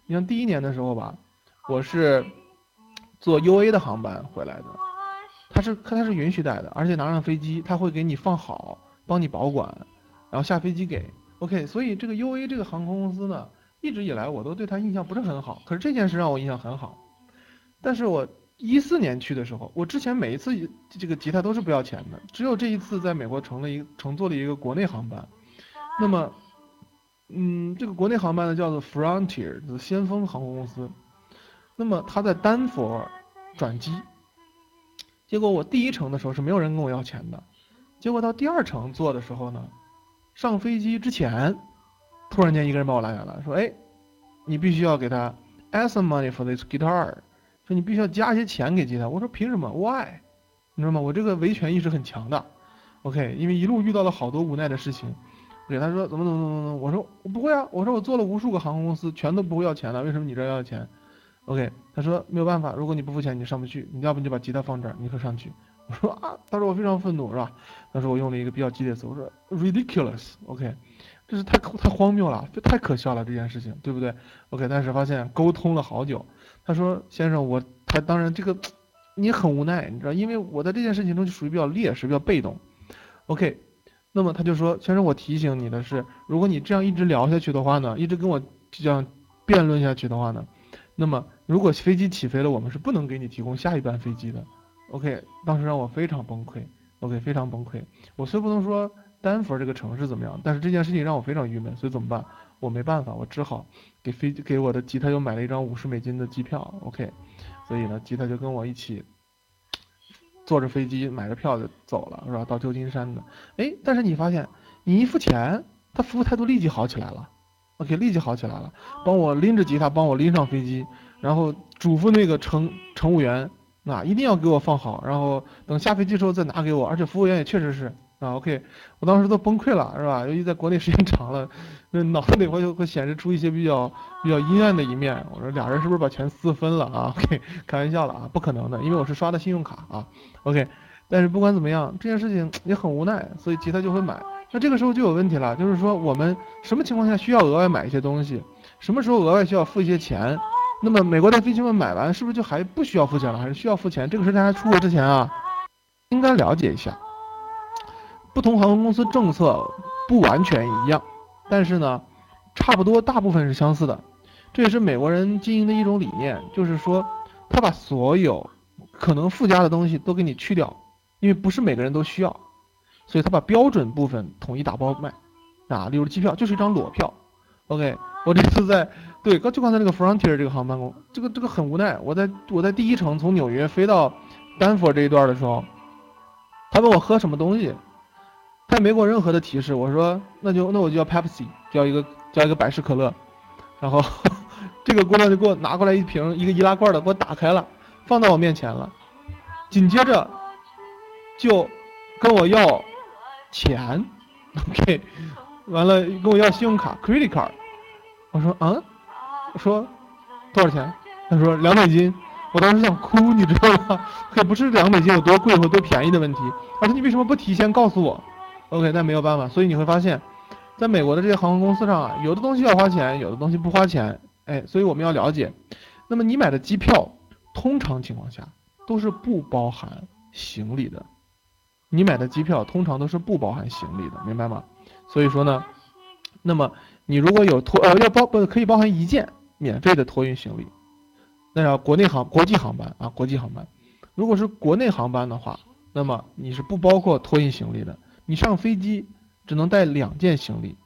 你像第一年的时候吧，我是坐 U A 的航班回来的，它是它是允许带的，而且拿上飞机，它会给你放好，帮你保管，然后下飞机给。OK，所以这个 U A 这个航空公司呢，一直以来我都对它印象不是很好，可是这件事让我印象很好。但是我一四年去的时候，我之前每一次这个吉他都是不要钱的，只有这一次在美国乘了一乘坐了一个国内航班。那么，嗯，这个国内航班呢叫做 Frontier，就是先锋航空公司。那么它在丹佛转机，结果我第一程的时候是没有人跟我要钱的，结果到第二程坐的时候呢，上飞机之前，突然间一个人把我拉下来，说：“哎，你必须要给他 add some money for this guitar。”说你必须要加一些钱给吉他。我说凭什么 ？Why？ 你知道吗？我这个维权意识很强的。OK，因为一路遇到了好多无奈的事情。给他说怎么怎么怎么怎么，我说我不会啊，我说我做了无数个航空公司，全都不会要钱的，为什么你这要钱 ？OK，他说没有办法，如果你不付钱，你上不去，你要不你就把吉他放这儿，你可上去。我说啊，他说我非常愤怒是吧？他说我用了一个比较激烈的词，我说 ridiculous，OK，、okay, 这是太太荒谬了，这太可笑了这件事情，对不对 ？OK， 但是发现沟通了好久，他说先生我他当然这个你很无奈，你知道，因为我在这件事情中就属于比较劣势，比较被动 ，OK。那么他就说，先生，我提醒你的是，如果你这样一直聊下去的话呢，一直跟我这样辩论下去的话呢，那么如果飞机起飞了，我们是不能给你提供下一班飞机的。OK， 当时让我非常崩溃 ，OK， 非常崩溃。我虽不能说丹佛这个城市怎么样，但是这件事情让我非常郁闷，所以怎么办？我没办法，我只好给飞给我的吉他又买了一张五十美金的机票 ，OK， 所以呢，吉他就跟我一起坐着飞机买着票就走了，是吧？到旧金山的。哎，但是你发现，你一付钱，他服务态度立即好起来了。OK，立即好起来了，帮我拎着吉他，帮我拎上飞机，然后嘱咐那个乘乘务员，啊，一定要给我放好，然后等下飞机之后再拿给我。而且服务员也确实是啊 ，OK，我当时都崩溃了，是吧？由于在国内时间长了，那脑子里会会显示出一些比较比较阴暗的一面。我说俩人是不是把钱私分了啊？OK，开玩笑了啊，不可能的，因为我是刷的信用卡啊。OK，但是不管怎么样，这件事情也很无奈，所以吉他就会买。那这个时候就有问题了，就是说我们什么情况下需要额外买一些东西，什么时候额外需要付一些钱？那么美国的飞行员买完是不是就还不需要付钱了，还是需要付钱？这个是大家出国之前啊，应该了解一下。不同航空公司政策不完全一样，但是呢，差不多大部分是相似的。这也是美国人经营的一种理念，就是说他把所有可能附加的东西都给你去掉，因为不是每个人都需要。所以他把标准部分统一打包卖，啊，例如机票就是一张裸票。OK， 我这次在对，就刚才那个 Frontier 这个航班公，这个这个很无奈。我在我在第一程从纽约飞到丹佛这一段的时候，他问我喝什么东西，他也没给我任何的提示。我说那就那我就要 Pepsi， 叫一个叫一个百事可乐。然后这个姑娘就给我拿过来一瓶一个易拉罐的，给我打开了，放到我面前了，紧接着就跟我要钱 ，OK， 完了跟我要信用卡 credit card， 我说啊，我说多少钱？他说两美金。我当时想哭，你知道吗？可不是两美金有多贵或多便宜的问题，而是你为什么不提前告诉我 ？OK， 那没有办法，所以你会发现，在美国的这些航空公司上啊，有的东西要花钱，有的东西不花钱，哎，所以我们要了解。那么你买的机票，通常情况下都是不包含行李的。你买的机票通常都是不包含行李的，明白吗？所以说呢，那么你如果有托呃要包呃可以包含一件免费的托运行李，那要国内航国际航班啊国际航班，如果是国内航班的话，那么你是不包括托运行李的，你上飞机只能带两件行李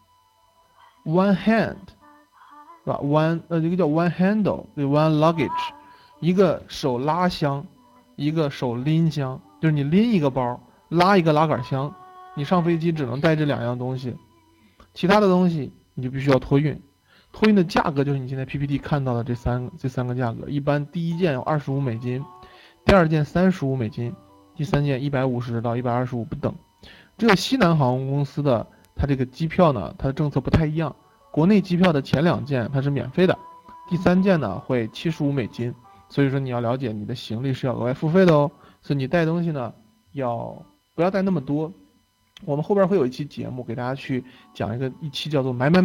，one hand， 是吧 ？one 呃一个叫 one handle， 对 one luggage， 一个手拉箱，一个手拎箱，就是你拎一个包。拉一个拉杆箱，你上飞机只能带这两样东西，其他的东西你就必须要托运。托运的价格就是你现在 P P T 看到的这三这三个价格，一般第一件有二十五美金，第二件三十五美金，第三件一百五十到一百二十五不等。只有西南航空公司的它这个机票呢，它的政策不太一样。国内机票的前两件它是免费的，第三件呢会七十五美金。所以说你要了解你的行李是要额外付费的哦。所以你带东西呢要。不要带那么多，我们后边会有一期节目给大家去讲一个一期叫做买买买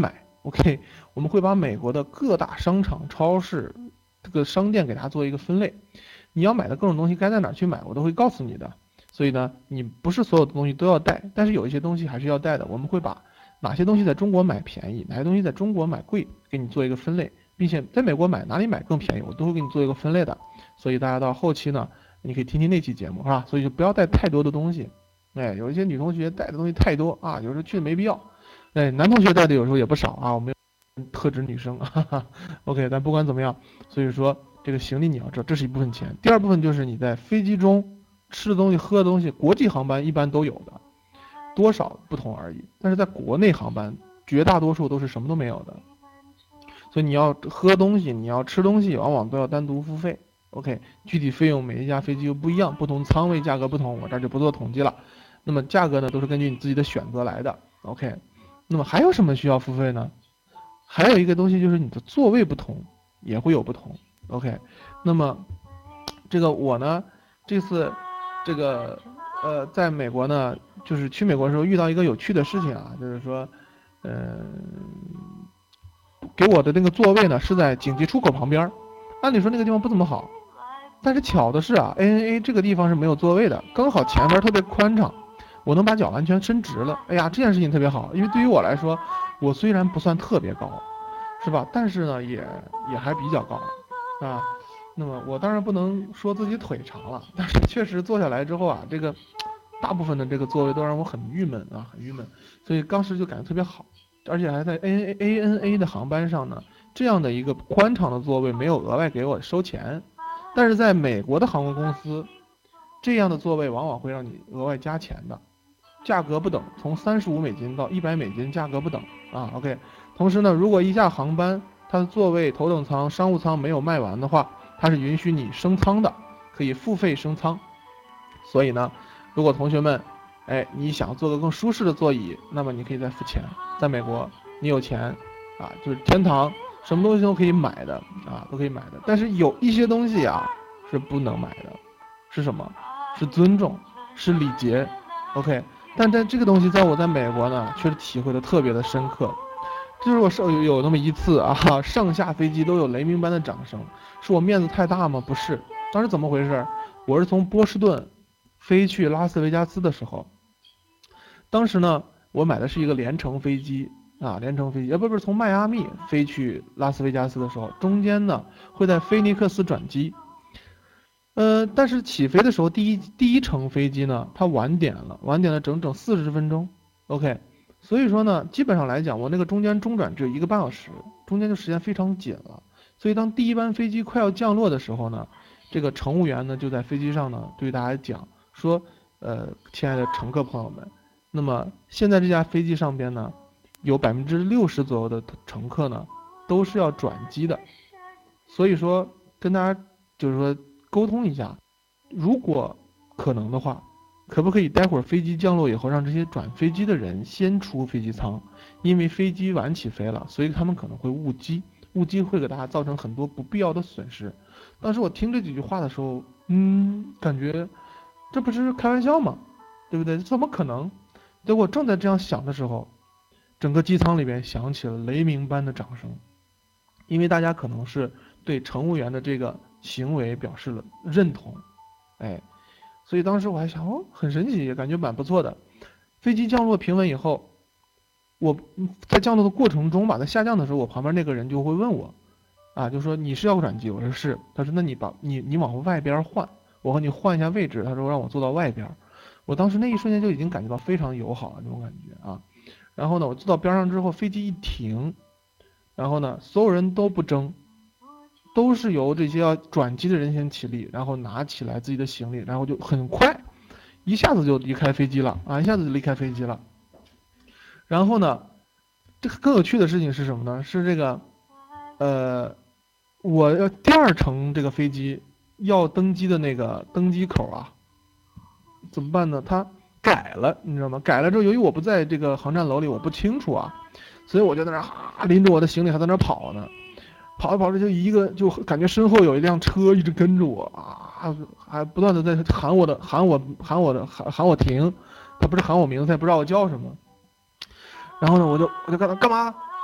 OK，我们会把美国的各大商场、超市这个商店给它做一个分类，你要买的各种东西该在哪儿去买，我都会告诉你的。所以呢，你不是所有的东西都要带，但是有一些东西还是要带的。我们会把哪些东西在中国买便宜，哪些东西在中国买贵，给你做一个分类，并且在美国买哪里买更便宜，我都会给你做一个分类的。所以大家到后期呢，你可以听听那期节目，是吧？所以就不要带太多的东西。哎，有一些女同学带的东西太多啊，有时候去没必要。哎，男同学带的有时候也不少啊，我们特指女生，哈哈。OK，但不管怎么样，所以说这个行李你要知道，这是一部分钱。第二部分就是你在飞机中吃的东西、喝的东西，国际航班一般都有的，多少不同而已。但是在国内航班，绝大多数都是什么都没有的。所以你要喝东西，你要吃东西，往往都要单独付费。OK，具体费用每一架飞机又不一样，不同舱位价格不同，我这儿就不做统计了。那么价格呢，都是根据你自己的选择来的。OK，那么还有什么需要付费呢？还有一个东西就是你的座位不同，也会有不同。OK，那么这个我呢，这次这个呃，在美国呢，就是去美国的时候遇到一个有趣的事情啊，就是说，嗯、呃，给我的那个座位呢是在紧急出口旁边，按理说那个地方不怎么好，但是巧的是啊，A N A 这个地方是没有座位的，刚好前边特别宽敞，我能把脚完全伸直了。哎呀，这件事情特别好，因为对于我来说，我虽然不算特别高，是吧？但是呢，也也还比较高啊。那么我当然不能说自己腿长了，但是确实坐下来之后啊，这个大部分的这个座位都让我很郁闷啊，很郁闷。所以当时就感觉特别好，而且还在 A N A N A 的航班上呢，这样的一个宽敞的座位没有额外给我收钱，但是在美国的航空公司，这样的座位往往会让你额外加钱的，价格不等，从三十五美金到一百美金，价格不等啊。OK， 同时呢，如果一架航班它的座位头等舱、商务舱没有卖完的话，它是允许你升舱的，可以付费升舱。所以呢，如果同学们，哎，你想坐个更舒适的座椅，那么你可以再付钱。在美国，你有钱啊，就是天堂，什么东西都可以买的啊，都可以买的。但是有一些东西啊是不能买的，是什么？是尊重，是礼节。OK， 但在这个东西，在我在美国呢，确实体会的特别的深刻。就是我上有有那么一次啊，上下飞机都有雷鸣般的掌声，是我面子太大吗？不是，当时怎么回事？我是从波士顿飞去拉斯维加斯的时候，当时呢，我买的是一个联程飞机啊，联程飞机，呃，不不是从迈阿密飞去拉斯维加斯的时候，中间呢会在菲尼克斯转机，呃，但是起飞的时候，第一第一程飞机呢，它晚点了，晚点了整整四十分钟。OK。所以说呢，基本上来讲，我那个中间中转只有一个半小时，中间就时间非常紧了。所以当第一班飞机快要降落的时候呢，这个乘务员呢就在飞机上呢对大家讲说，呃，亲爱的乘客朋友们，那么现在这架飞机上边呢，有百分之六十左右的乘客呢都是要转机的，所以说跟大家就是说沟通一下，如果可能的话。可不可以待会儿飞机降落以后，让这些转飞机的人先出飞机舱，因为飞机晚起飞了，所以他们可能会误机，误机会给大家造成很多不必要的损失。当时我听这几句话的时候，嗯，感觉这不是开玩笑吗？对不对？怎么可能？结果正在这样想的时候，整个机舱里边响起了雷鸣般的掌声，因为大家可能是对乘务员的这个行为表示了认同，哎。所以当时我还想，哦，很神奇，感觉蛮不错的。飞机降落平稳以后，我在降落的过程中吧，在下降的时候，我旁边那个人就会问我，啊，就说你是要转机？我说是。他说那你把你你往外边换，我和你换一下位置。他说让我坐到外边。我当时那一瞬间就已经感觉到非常友好了这种感觉啊。然后呢，我坐到边上之后，飞机一停，然后呢，所有人都不争。都是由这些要转机的人先起立，然后拿起来自己的行李，然后就很快，一下子就离开飞机了啊！一下子就离开飞机了。然后呢，这个更有趣的事情是什么呢？是这个，呃，我要第二程这个飞机要登机的那个登机口啊，怎么办呢？它改了，你知道吗？改了之后，由于我不在这个航站楼里，我不清楚啊，所以我就在那哈拎着我的行李还在那跑呢。跑着跑着就一个就感觉身后有一辆车一直跟着我啊，还不断的在喊我的喊我喊我的喊喊我停，他不是喊我名字，他也不知道我叫什么。然后呢，我就我就干干嘛？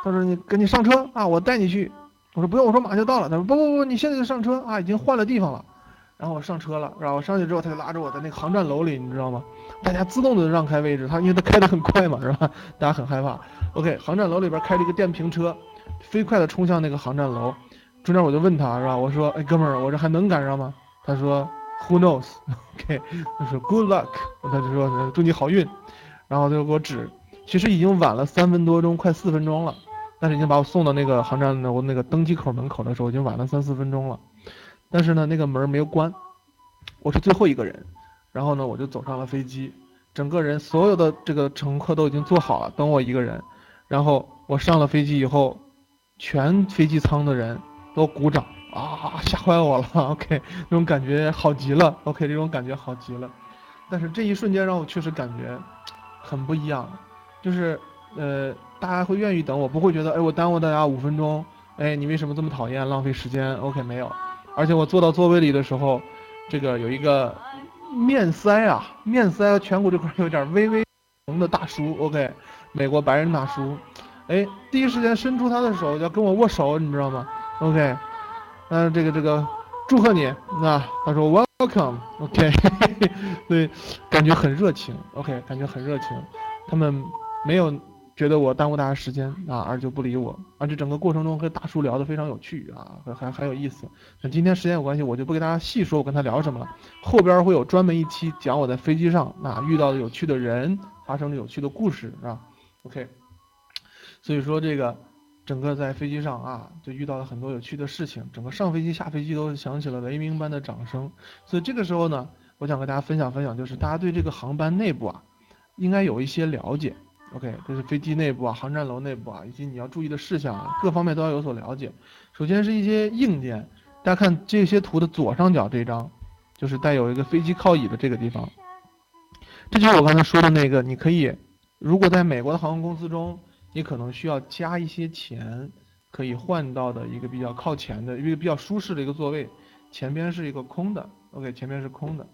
他说你赶紧上车啊，我带你去。我说不用，我说马上就到了。他说不不不，你现在就上车啊，已经换了地方了。然后我上车了，然后我上去之后，他就拉着我在那个航站楼里，你知道吗？大家自动的让开位置，他因为他开得很快嘛，是吧？大家很害怕。OK，航站楼里边开了一个电瓶车，飞快的冲向那个航站楼。中间我就问他，是吧？我说，哎，哥们儿，我这还能赶上吗？他说 Who knows？OK， 他说 Good luck，他就说祝你好运，然后他就给我指，其实已经晚了三分多钟，快四分钟了，但是已经把我送到那个航站楼那个登机口门口的时候，已经晚了三四分钟了。但是呢，那个门没有关，我是最后一个人，然后呢，我就走上了飞机，整个人所有的这个乘客都已经坐好了，等我一个人，然后我上了飞机以后，全飞机舱的人都鼓掌啊，吓坏我了。OK， 那种感觉好极了。OK， 这种感觉好极了。但是这一瞬间让我确实感觉很不一样，就是呃，大家会愿意等我，不会觉得哎我耽误大家五分钟，哎你为什么这么讨厌，浪费时间。OK， 没有。而且我坐到座位里的时候，这个有一个面腮啊，面腮颧骨这块有点微微红的大叔 ，OK， 美国白人大叔，哎，第一时间伸出他的手要跟我握手，你知道吗 ？OK， 嗯、呃，这个这个祝贺你，那他说 Welcome，OK，、okay, 对，感觉很热情 ，OK， 感觉很热情，他们没有觉得我耽误大家时间啊，而就不理我，而且整个过程中和大叔聊得非常有趣啊，还很有意思。那今天时间有关系，我就不给大家细说我跟他聊什么了，后边会有专门一期讲我在飞机上啊遇到的有趣的人，发生的有趣的故事啊。OK， 所以说这个整个在飞机上啊就遇到了很多有趣的事情，整个上飞机下飞机都响起了雷鸣般的掌声。所以这个时候呢，我想跟大家分享分享，就是大家对这个航班内部啊应该有一些了解。OK， 就是飞机内部啊、航站楼内部啊，以及你要注意的事项啊，各方面都要有所了解。首先是一些硬件，大家看这些图的左上角这张，就是带有一个飞机靠椅的这个地方，这就是我刚才说的那个，你可以，如果在美国的航空公司中，你可能需要加一些钱，可以换到的一个比较靠前的、一个比较舒适的一个座位，前边是一个空的 ，OK， 前边是空的。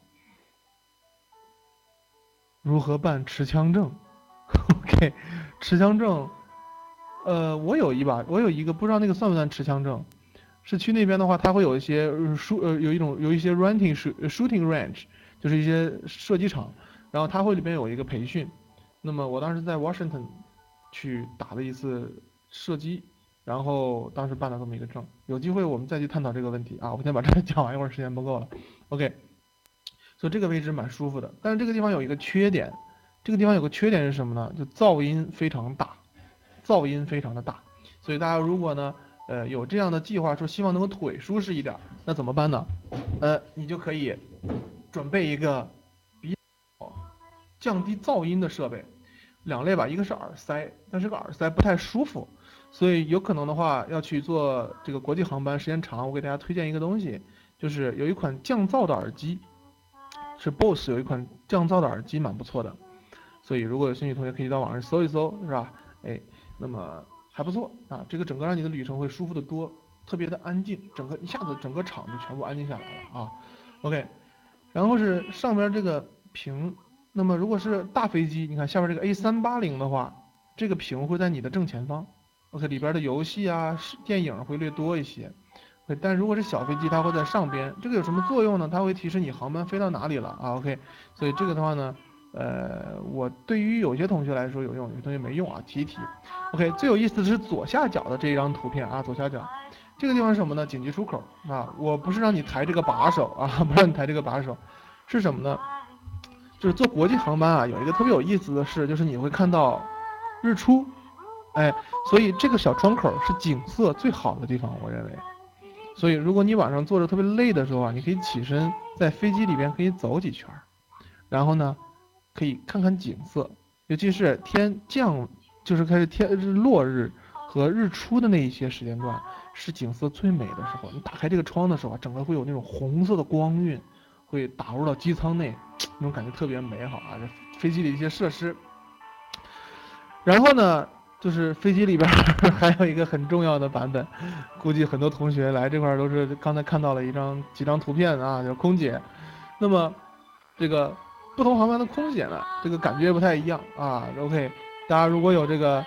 如何办持枪证？OK， 持枪证，呃，我有一把，我有一个，不知道那个算不算持枪证。是去那边的话，它会有一些输呃有一种有一些 renting shooting range， 就是一些射击场，然后它会里边有一个培训。那么我当时在 Washington 去打了一次射击，然后当时办了这么一个证。有机会我们再去探讨这个问题啊，我先把这个讲完，一会儿时间不够了。OK， 所以这个位置蛮舒服的，但是这个地方有一个缺点。这个地方有个缺点是什么呢？就噪音非常大，噪音非常的大。所以大家如果呢，呃，有这样的计划，说希望能够腿舒适一点，那怎么办呢？呃，你就可以准备一个比较降低噪音的设备，两类吧，一个是耳塞，但是这个耳塞不太舒服，所以有可能的话要去做这个国际航班时间长，我给大家推荐一个东西，就是有一款降噪的耳机，是 B O S S 有一款降噪的耳机，蛮不错的。所以如果有兴趣同学可以到网上搜一搜，是吧？哎，那么还不错啊，这个整个让你的旅程会舒服得多，特别的安静，整个一下子整个场就全部安静下来了啊。OK， 然后是上边这个屏，那么如果是大飞机，你看下边这个 A 三八零的话，这个屏会在你的正前方 ，OK， 里边的游戏啊、电影会略多一些。但如果是小飞机，它会在上边，这个有什么作用呢？它会提示你航班飞到哪里了啊 ？OK， 所以这个的话呢。呃，我对于有些同学来说有用，有些同学没用啊，提一提。OK， 最有意思的是左下角的这一张图片啊，左下角这个地方是什么呢？紧急出口啊，我不是让你抬这个把手啊，不让你抬这个把手，是什么呢？就是坐国际航班啊，有一个特别有意思的事，就是你会看到日出，哎，所以这个小窗口是景色最好的地方，我认为。所以如果你晚上坐着特别累的时候啊，你可以起身在飞机里边可以走几圈，然后呢。可以看看景色，尤其是天降，就是开始天日落日和日出的那一些时间段，是景色最美的时候。你打开这个窗的时候啊，整个会有那种红色的光晕，会打入到机舱内，那种感觉特别美好啊！这飞机里一些设施。然后呢，就是飞机里边还有一个很重要的版本，估计很多同学来这块都是刚才看到了一张几张图片啊，就是空姐。那么这个。不同航班的空姐呢，这个感觉不太一样啊。OK， 大家如果有这个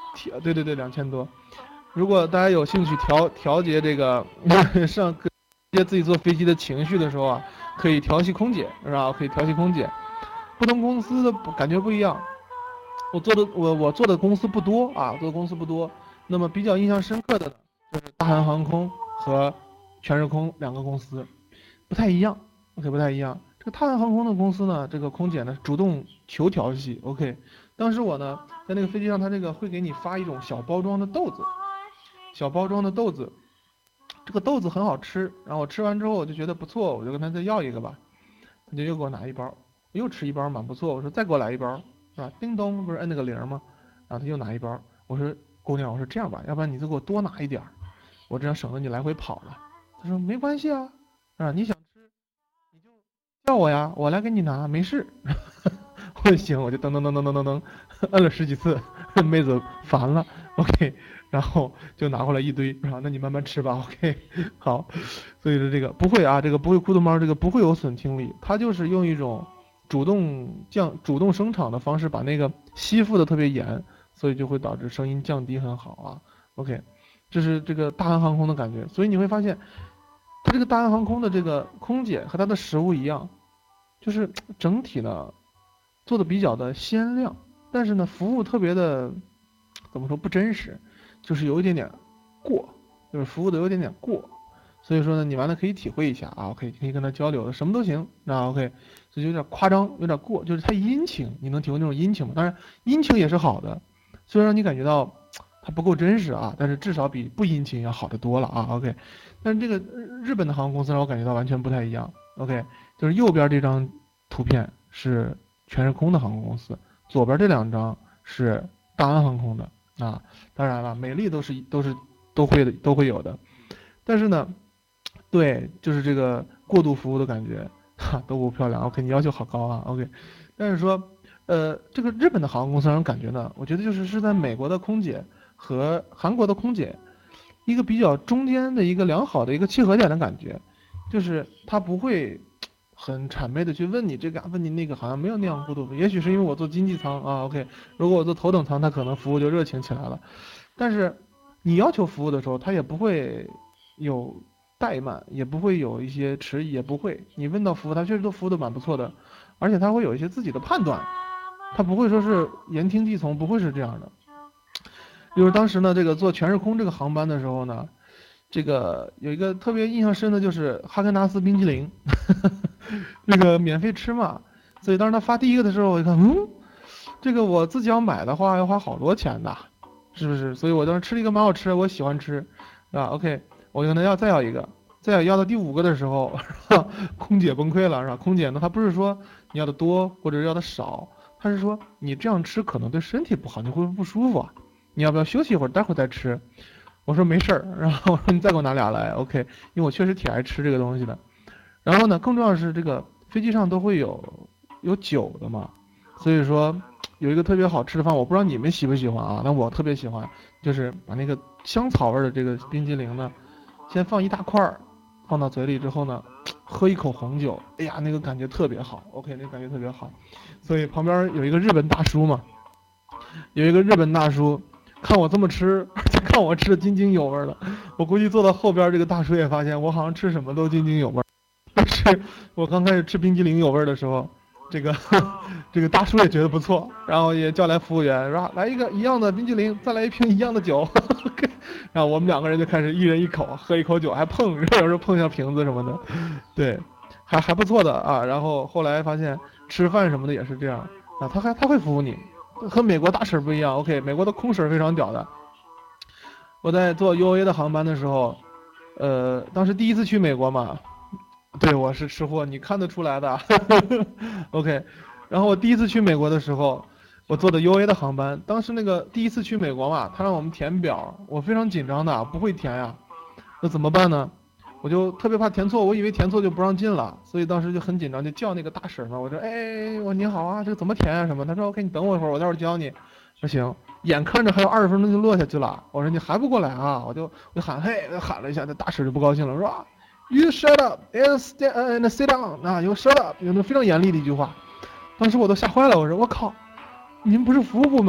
调对对对两千多。如果大家有兴趣调调节这个上调节自己坐飞机的情绪的时候啊，可以调戏空姐是吧？可以调戏空姐。不同公司的感觉不一样。我做的我我做的公司不多啊，做的公司不多。那么比较印象深刻的呢，就是大韩航空和全日空两个公司，不太一样。OK， 不太一样。这个大韩航空的公司呢，这个空姐呢主动求调戏。OK，当时我呢在那个飞机上，他这个会给你发一种小包装的豆子，小包装的豆子，这个豆子很好吃。然后我吃完之后我就觉得不错，我就跟他再要一个吧，他就又给我拿一包，我又吃一包蛮不错，我说再给我来一包。是吧？叮咚，不是摁那个铃吗？然后他又拿一包，我说姑娘，我说这样吧，要不然你就给我多拿一点，我这样省得你来回跑了。他说没关系啊，啊，你想吃你就叫我呀，我来给你拿，没事。我说行，我就噔噔噔噔噔噔噔摁了十几次，妹子烦了 ，OK，然后就拿过来一堆，是吧？那你慢慢吃吧 ，OK，好。所以说这个不会啊，这个不会哭的猫，这个不会有损听力，它就是用一种主动降、主动声场的方式把那个吸附的特别严，所以就会导致声音降低很好啊。OK，这是这个大韩航空的感觉。所以你会发现，它这个大韩航空的这个空姐和它的食物一样，就是整体呢做的比较的鲜亮，但是呢服务特别的怎么说不真实，就是有一点点过，就是服务的有点点过。所以说呢，你完了可以体会一下啊 ，OK，可以跟他交流的，什么都行，那 OK，这就有点夸张，有点过，就是太殷勤，你能体会那种殷勤吗？当然，殷勤也是好的，虽然让你感觉到它不够真实啊，但是至少比不殷勤要好得多了啊 ，OK。但是这个日本的航空公司让我感觉到完全不太一样 ，OK，就是右边这张图片是全日空的航空公司，左边这两张是大韩航空的啊。当然了，美丽都是都是都会的都会有的，但是呢。对，就是这个过度服务的感觉，哈，都不漂亮。OK，你要求好高啊。OK，但是说，呃，这个日本的航空公司让人感觉呢，我觉得就是是在美国的空姐和韩国的空姐一个比较中间的一个良好的一个契合点的感觉，就是他不会很谄媚的去问你这个问你那个，好像没有那样过度。也许是因为我坐经济舱啊 ，OK，如果我坐头等舱，他可能服务就热情起来了。但是你要求服务的时候，他也不会有。怠慢也不会有一些迟疑，也不会。你问到服务，他确实都服务的蛮不错的，而且他会有一些自己的判断，他不会说是言听计从，不会是这样的。就是当时呢，这个坐全日空这个航班的时候呢，这个有一个特别印象深的就是哈根达斯冰淇淋，这个免费吃嘛。所以当时他发第一个的时候，我一看，嗯，这个我自己要买的话要花好多钱的，是不是？所以我当时吃了一个蛮好吃，我喜欢吃，啊 ，OK。我就跟他要再要一个，再要要到第五个的时候，空姐崩溃了，是吧？空姐呢，她不是说你要的多或者要的少，她是说你这样吃可能对身体不好，你会不会不舒服啊？你要不要休息一会儿，待会儿再吃？我说没事儿，然后我说你再给我拿俩来 ，OK，因为我确实挺爱吃这个东西的。然后呢，更重要的是这个飞机上都会有有酒的嘛，所以说有一个特别好吃的饭，我不知道你们喜不喜欢啊，但我特别喜欢，就是把那个香草味的这个冰激凌呢。先放一大块儿，放到嘴里之后呢，喝一口红酒，哎呀，那个感觉特别好。OK，那个感觉特别好。所以旁边有一个日本大叔嘛，有一个日本大叔看我这么吃，看我吃的津津有味的。我估计坐到后边这个大叔也发现我好像吃什么都津津有味。但是我刚开始吃冰激凌有味的时候，这个这个大叔也觉得不错，然后也叫来服务员，说来一个一样的冰激凌，再来一瓶一样的酒。然后我们两个人就开始一人一口，喝一口酒，还碰，有时候碰一下瓶子什么的，对，还还不错的啊。然后后来发现吃饭什么的也是这样啊，他还他会服务你，和美国大婶不一样。OK， 美国的空婶非常屌的。我在坐 U A 的航班的时候，呃，当时第一次去美国嘛，对我是吃货，你看得出来的。OK， 然后我第一次去美国的时候。我坐的 U A 的航班，当时那个第一次去美国嘛，他让我们填表，我非常紧张的，不会填呀，那怎么办呢？我就特别怕填错，我以为填错就不让进了，所以当时就很紧张，就叫那个大婶嘛，我说，哎，我你好啊，这个怎么填啊什么？他说 OK，你等我一会儿，我待会儿教你。说行，眼看着还有二十分钟就落下去了，我说你还不过来啊？我就我就喊嘿，喊了一下，那大婶就不高兴了，说 You shut up and stand and sit down 啊 ，You shut up，有那非常严厉的一句话，当时我都吓坏了，我说我靠。您不是服务部门吗？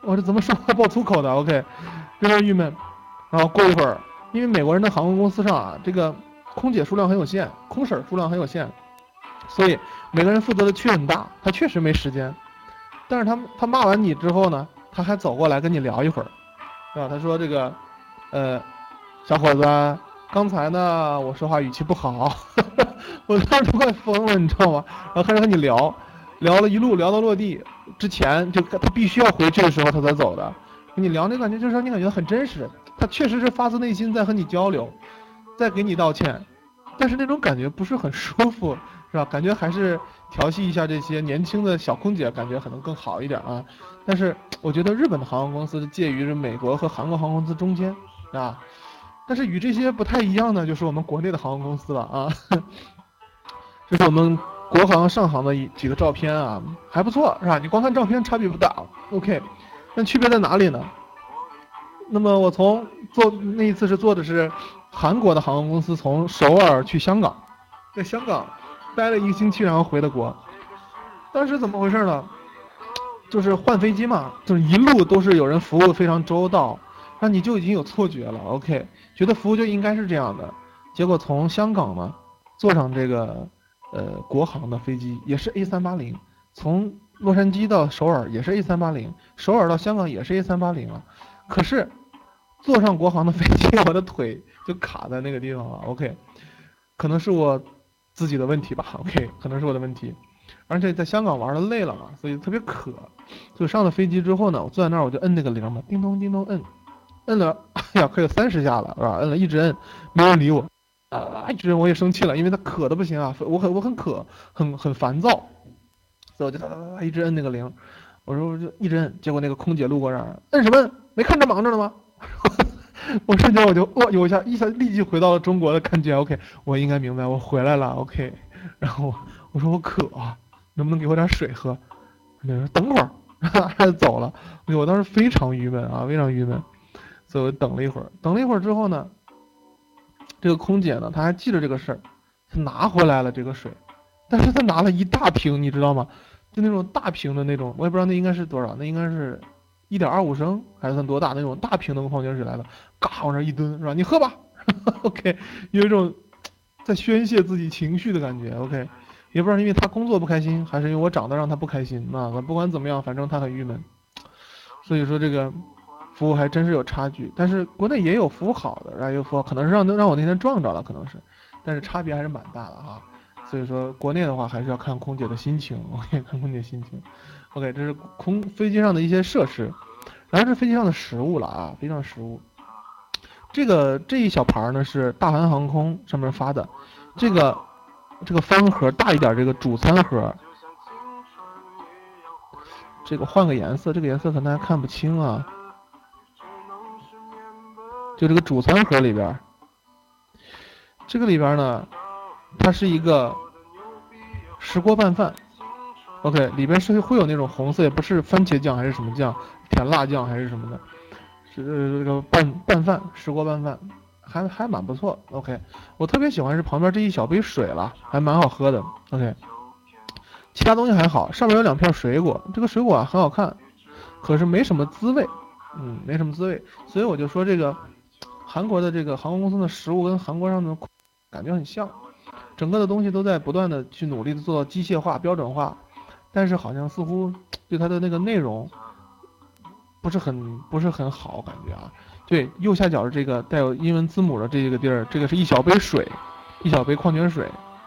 我这怎么说话爆粗口的 ？OK， 非常郁闷。然后过一会儿，因为美国人的航空公司上啊，这个空姐数量很有限，空婶数量很有限，所以每个人负责的区很大，他确实没时间。但是他他骂完你之后呢，他还走过来跟你聊一会儿，啊，他说这个，呃，小伙子，刚才呢我说话语气不好，我当时都快疯了，你知道吗？然后开始和你聊，聊了一路聊到落地之前，就他必须要回去的时候他才走的。跟你聊那感觉就是让你感觉很真实，他确实是发自内心在和你交流，在给你道歉，但是那种感觉不是很舒服，是吧？感觉还是调戏一下这些年轻的小空姐，感觉可能更好一点啊。但是我觉得日本的航空公司介于美国和韩国航空公司中间啊，但是与这些不太一样的就是我们国内的航空公司了啊。这是我们国航、上航的几个照片啊，还不错，是吧？你光看照片差别不大 ，OK。那区别在哪里呢？那么我从坐那一次是坐的是韩国的航空公司，从首尔去香港，在香港待了一个星期，然后回的国。当时怎么回事呢？就是换飞机嘛，就是一路都是有人服务的非常周到，那你就已经有错觉了 ，OK， 觉得服务就应该是这样的。结果从香港呢坐上这个呃国航的飞机，也是 A 三八零，从洛杉矶到首尔也是 A 三八零，首尔到香港也是 A 三八零啊。可是坐上国航的飞机，我的腿就卡在那个地方了 ，OK， 可能是我自己的问题吧 ，OK， 可能是我的问题。而且在香港玩的累了嘛，所以特别渴，所以上了飞机之后呢，我坐在那儿我就摁那个铃嘛，叮咚叮咚摁，摁了，哎呀，快有三十下了，是吧？摁了一直摁，没人理我，啊，一直摁我也生气了，因为他渴的不行啊，我很我很渴，很很烦躁，所以我就哒哒哒一直摁那个铃，我说我就一直摁，结果那个空姐路过这儿，摁什么摁？没看着忙着呢吗？我瞬间我就哇有一下一下立即回到了中国的感觉 ，OK， 我应该明白我回来了 ，OK， 然后我说我渴啊。能不能给我点水喝？那人说等会儿，他就走了。我当时非常郁闷啊，非常郁闷，所以我等了一会儿。等了一会儿之后呢，这个空姐呢，她还记着这个事儿，她拿回来了这个水，但是她拿了一大瓶，你知道吗？就那种大瓶的那种，我也不知道那应该是多少，那应该是一点二五升还是算多大那种大瓶的矿泉水来了，嘎往那一蹲，是吧？你喝吧，OK， 有一种在宣泄自己情绪的感觉 ，OK。也不知道因为他工作不开心，还是因为我长得让他不开心啊？不管怎么样，反正他很郁闷。所以说这个服务还真是有差距，但是国内也有服务好的，然后也有服务可能是让让我那天撞着了，可能是，但是差别还是蛮大的哈。所以说国内的话还是要看空姐的心情，OK， 看空姐心情。OK， 这是空飞机上的一些设施，然后是飞机上的食物了啊，飞机上食物。这个这一小盘呢是大韩航空上面发的，这个。这个方盒大一点，这个主餐盒，这个换个颜色，这个颜色可能大家看不清啊。就这个主餐盒里边，这个里边呢，它是一个石锅拌饭 ，OK， 里边是会有那种红色，也不是番茄酱还是什么酱，甜辣酱还是什么的，是这个拌拌饭，石锅拌饭。还还蛮不错 ，OK， 我特别喜欢是旁边这一小杯水了，还蛮好喝的 ，OK， 其他东西还好，上面有两片水果，这个水果啊很好看，可是没什么滋味，嗯，没什么滋味，所以我就说这个韩国的这个航空公司的食物跟韩国上的感觉很像，整个的东西都在不断的去努力的做到机械化、标准化，但是好像似乎对它的那个内容不是很不是很好，感觉啊。对，右下角的这个带有英文字母的这个地儿，这个是一小杯水，一小杯矿泉水。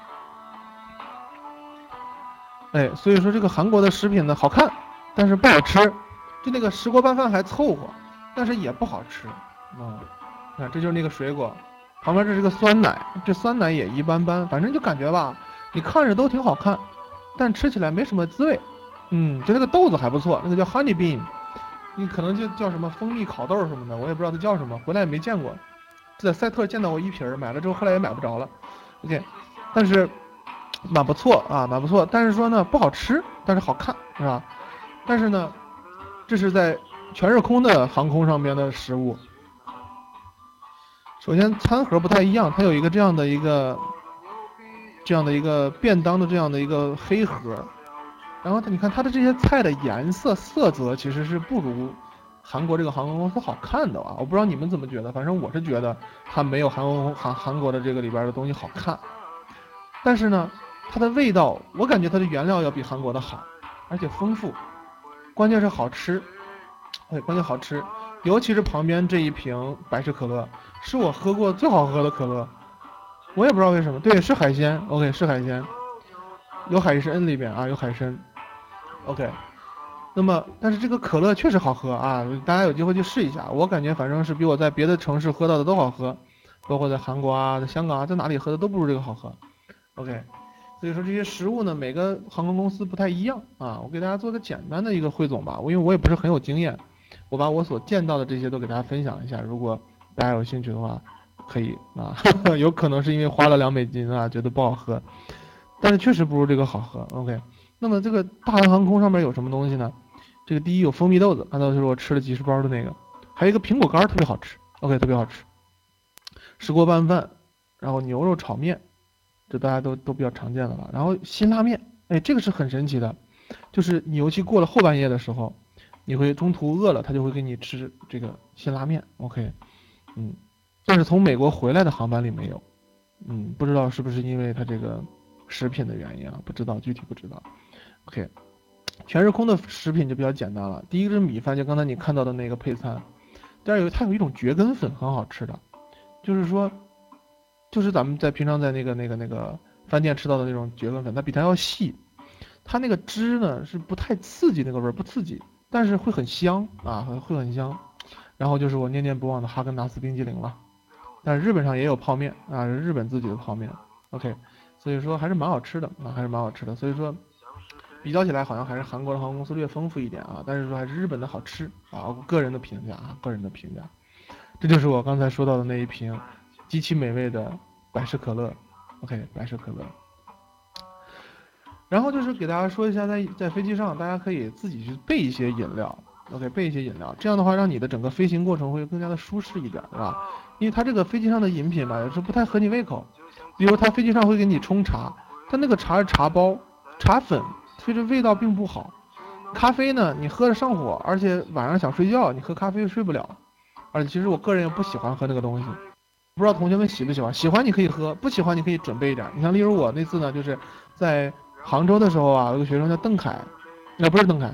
哎，所以说这个韩国的食品呢好看，但是不好吃。就那个石锅拌饭还凑合，但是也不好吃。啊，看这就是那个水果，旁边这是个酸奶，这酸奶也一般般，反正就感觉吧，你看着都挺好看，但吃起来没什么滋味。嗯，就那个豆子还不错，那个叫 honey bean。你可能就叫什么蜂蜜烤豆什么的，我也不知道它叫什么，回来也没见过。在赛特见到过一瓶，买了之后后来也买不着了。OK， 但是蛮不错啊，蛮不错。但是说呢不好吃，但是好看，是吧？但是呢，这是在全日空的航空上边的食物。首先餐盒不太一样，它有一个这样的一个这样的一个便当的这样的一个黑盒。 然后它你看它的这些菜的颜色色泽其实是不如韩国这个航空公司好看的啊，我不知道你们怎么觉得，反正我是觉得它没有韩国韩韩国的这个里边的东西好看。但是呢，它的味道我感觉它的原料要比韩国的好，而且丰富，关键是好吃，对，关键好吃。尤其是旁边这一瓶百事可乐，是我喝过最好喝的可乐。我也不知道为什么，对，是海鲜 ，OK， 是海鲜，有海参里边啊，有海参 ，OK。那么，但是这个可乐确实好喝啊，大家有机会去试一下。我感觉反正是比我在别的城市喝到的都好喝，包括在韩国啊、在香港啊，在哪里喝的都不如这个好喝。OK，所以说这些食物呢，每个航空公司不太一样啊。我给大家做个简单的一个汇总吧，我因为我也不是很有经验，我把我所见到的这些都给大家分享一下。如果大家有兴趣的话，可以啊，有可能是因为花了两美金啊，觉得不好喝，但是确实不如这个好喝。OK，那么这个大韩航空上面有什么东西呢？这个第一有蜂蜜豆子，看到就是我吃了几十包的那个，还有一个苹果干特别好吃 ，OK 特别好吃。石锅拌饭，然后牛肉炒面，这大家都都比较常见的了。然后辛拉面，哎，这个是很神奇的，就是你尤其过了后半夜的时候，你会中途饿了，他就会给你吃这个辛拉面 ，OK， 嗯，但是从美国回来的航班里没有，嗯，不知道是不是因为它这个食品的原因啊，不知道具体不知道 ，OK。全日空的食品就比较简单了，第一个是米饭，就刚才你看到的那个配餐，第二有它有一种蕨根粉很好吃的，就是说，就是咱们在平常在那个那个那个饭店吃到的那种蕨根粉，它比它要细，它那个汁呢是不太刺激那个味儿，不刺激，但是会很香啊，会很香。然后就是我念念不忘的哈根达斯冰激凌了，但是日本上也有泡面啊，日本自己的泡面 ，OK， 所以说还是蛮好吃的啊，还是蛮好吃的，所以说。比较起来，好像还是韩国的航空公司略丰富一点啊，但是说还是日本的好吃啊，我个人的评价啊，个人的评价，这就是我刚才说到的那一瓶极其美味的百事可乐 ，OK， 百事可乐。然后就是给大家说一下在，在在飞机上，大家可以自己去备一些饮料 ，OK， 备一些饮料，这样的话让你的整个飞行过程会更加的舒适一点，对吧？因为它这个飞机上的饮品吧，有时候不太合你胃口，比如它飞机上会给你冲茶，它那个茶是茶包、茶粉。所以这味道并不好。咖啡呢，你喝着上火，而且晚上想睡觉，你喝咖啡睡不了。而且其实我个人也不喜欢喝那个东西，不知道同学们喜不喜欢？喜欢你可以喝，不喜欢你可以准备一点。你像例如我那次呢，就是在杭州的时候啊，有个学生叫邓凯，那、呃、不是邓凯，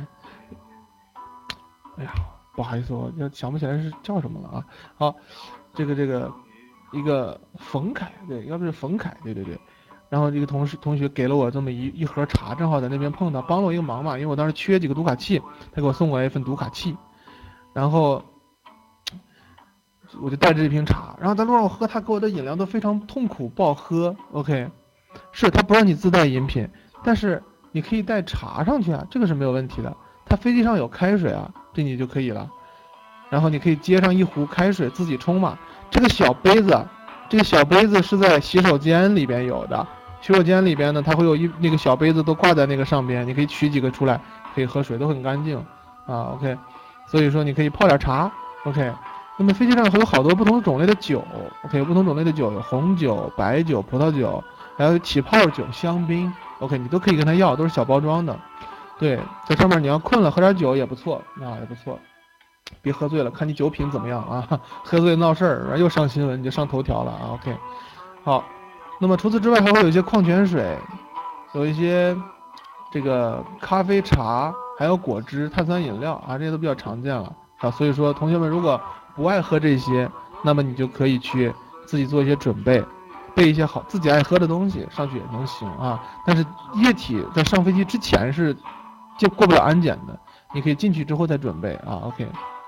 哎呀，不好意思，我想不起来是叫什么了啊。好，这个这个一个冯凯，对，要不是冯凯，对对对。然后这个同事同学给了我这么一一盒茶，正好在那边碰到，帮了我一个忙嘛，因为我当时缺几个读卡器，他给我送过来一份读卡器，然后我就带着这瓶茶，然后在路上我喝他给我的饮料都非常痛苦不好喝 ，OK， 是他不让你自带饮品，但是你可以带茶上去啊，这个是没有问题的，他飞机上有开水啊，这你就可以了，然后你可以接上一壶开水自己冲嘛，这个小杯子，这个小杯子是在洗手间里边有的。洗手间里边呢，它会有一那个小杯子都挂在那个上边，你可以取几个出来，可以喝水，都很干净啊。OK， 所以说你可以泡点茶。OK， 那么飞机上会有好多不同种类的酒。OK， 有不同种类的酒，有红酒、白酒、葡萄酒，还有起泡酒、香槟。OK， 你都可以跟他要，都是小包装的。对，在上面你要困了喝点酒也不错啊，也不错。别喝醉了，看你酒品怎么样啊？喝醉闹事儿，又上新闻，你就上头条了啊。OK， 好。那么除此之外，还会有一些矿泉水，有一些这个咖啡、茶，还有果汁、碳酸饮料啊，这些都比较常见了啊。所以说，同学们如果不爱喝这些，那么你就可以去自己做一些准备，备一些好自己爱喝的东西上去也能行啊。但是液体在上飞机之前是就过不了安检的，你可以进去之后再准备啊。OK。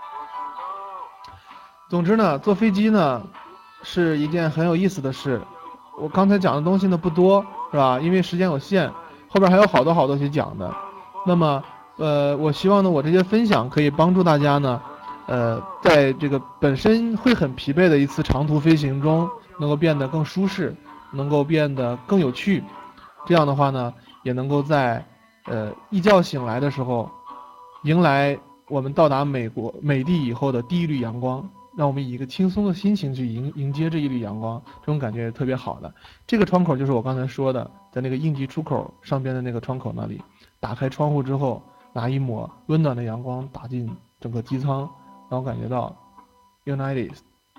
总之呢，坐飞机呢是一件很有意思的事。我刚才讲的东西呢不多，是吧？因为时间有限，后边还有好多好多去讲的。那么，呃，我希望呢，我这些分享可以帮助大家呢，呃，在这个本身会很疲惫的一次长途飞行中，能够变得更舒适，能够变得更有趣。这样的话呢，也能够在呃一觉醒来的时候，迎来我们到达美国美帝以后的第一缕阳光。 让我们以一个轻松的心情去迎迎接这一缕阳光，这种感觉是特别好的。这个窗口就是我刚才说的，在那个应急出口上边的那个窗口那里，打开窗户之后，拿一抹温暖的阳光打进整个机舱，让我感觉到 United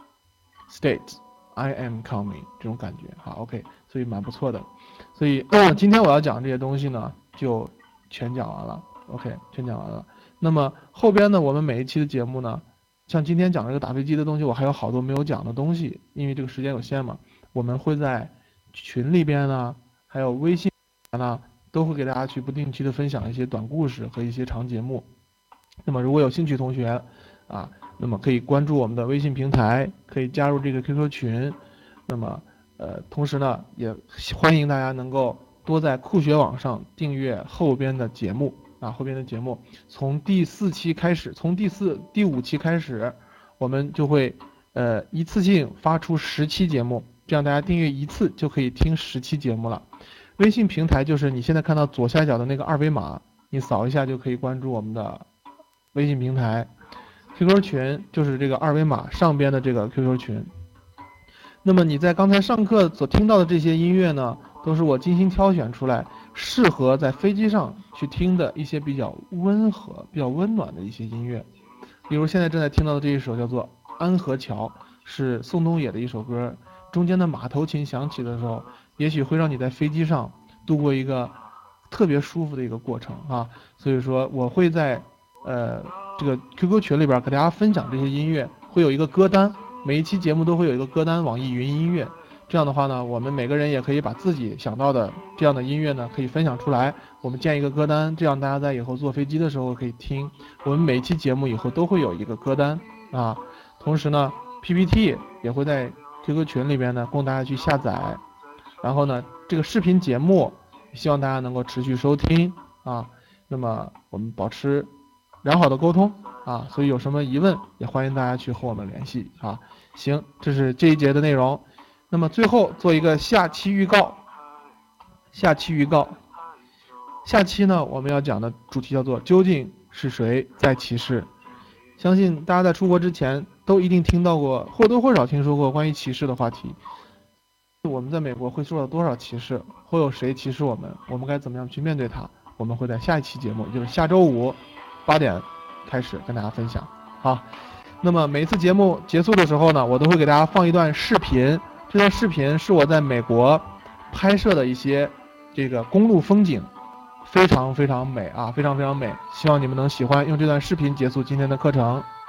States I am coming 这种感觉。好 ，OK， 所以蛮不错的。所以、呃、今天我要讲这些东西呢，就全讲完了。OK， 全讲完了。那么后边呢，我们每一期的节目呢，像今天讲这个打飞机的东西，我还有好多没有讲的东西，因为这个时间有限嘛。我们会在群里边呢，还有微信呢，都会给大家去不定期的分享一些短故事和一些长节目。那么如果有兴趣同学啊，那么可以关注我们的微信平台，可以加入这个 Q Q 群。那么呃，同时呢，也欢迎大家能够多在酷学网上订阅后边的节目啊，后边的节目从第四期开始，从第四、第五期开始，我们就会呃一次性发出十期节目，这样大家订阅一次就可以听十期节目了。微信平台就是你现在看到左下角的那个二维码，你扫一下就可以关注我们的微信平台。Q Q 群就是这个二维码上边的这个 Q Q 群。那么你在刚才上课所听到的这些音乐呢，都是我精心挑选出来，适合在飞机上去听的一些比较温和、比较温暖的一些音乐。比如现在正在听到的这一首叫做《安河桥》，是宋冬野的一首歌，中间的马头琴响起的时候，也许会让你在飞机上度过一个特别舒服的一个过程啊。所以说我会在呃这个 Q Q 群里边给大家分享这些音乐，会有一个歌单，每一期节目都会有一个歌单，网易云音乐。这样的话呢，我们每个人也可以把自己想到的这样的音乐呢，可以分享出来，我们建一个歌单，这样大家在以后坐飞机的时候可以听。我们每一期节目以后都会有一个歌单啊，同时呢 P P T 也会在 Q Q 群里边呢供大家去下载。然后呢，这个视频节目希望大家能够持续收听啊，那么我们保持良好的沟通啊，所以有什么疑问也欢迎大家去和我们联系啊。行，这是这一节的内容。那么最后做一个下期预告，下期预告，下期呢我们要讲的主题叫做究竟是谁在歧视。相信大家在出国之前都一定听到过，或多或少听说过关于歧视的话题。我们在美国会受到多少歧视，会有谁歧视我们，我们该怎么样去面对它，我们会在下一期节目，就是下周五八点开始跟大家分享。好，那么每次节目结束的时候呢，我都会给大家放一段视频，这段视频是我在美国拍摄的一些这个公路风景，非常非常美啊，非常非常美，希望你们能喜欢。用这段视频结束今天的课程。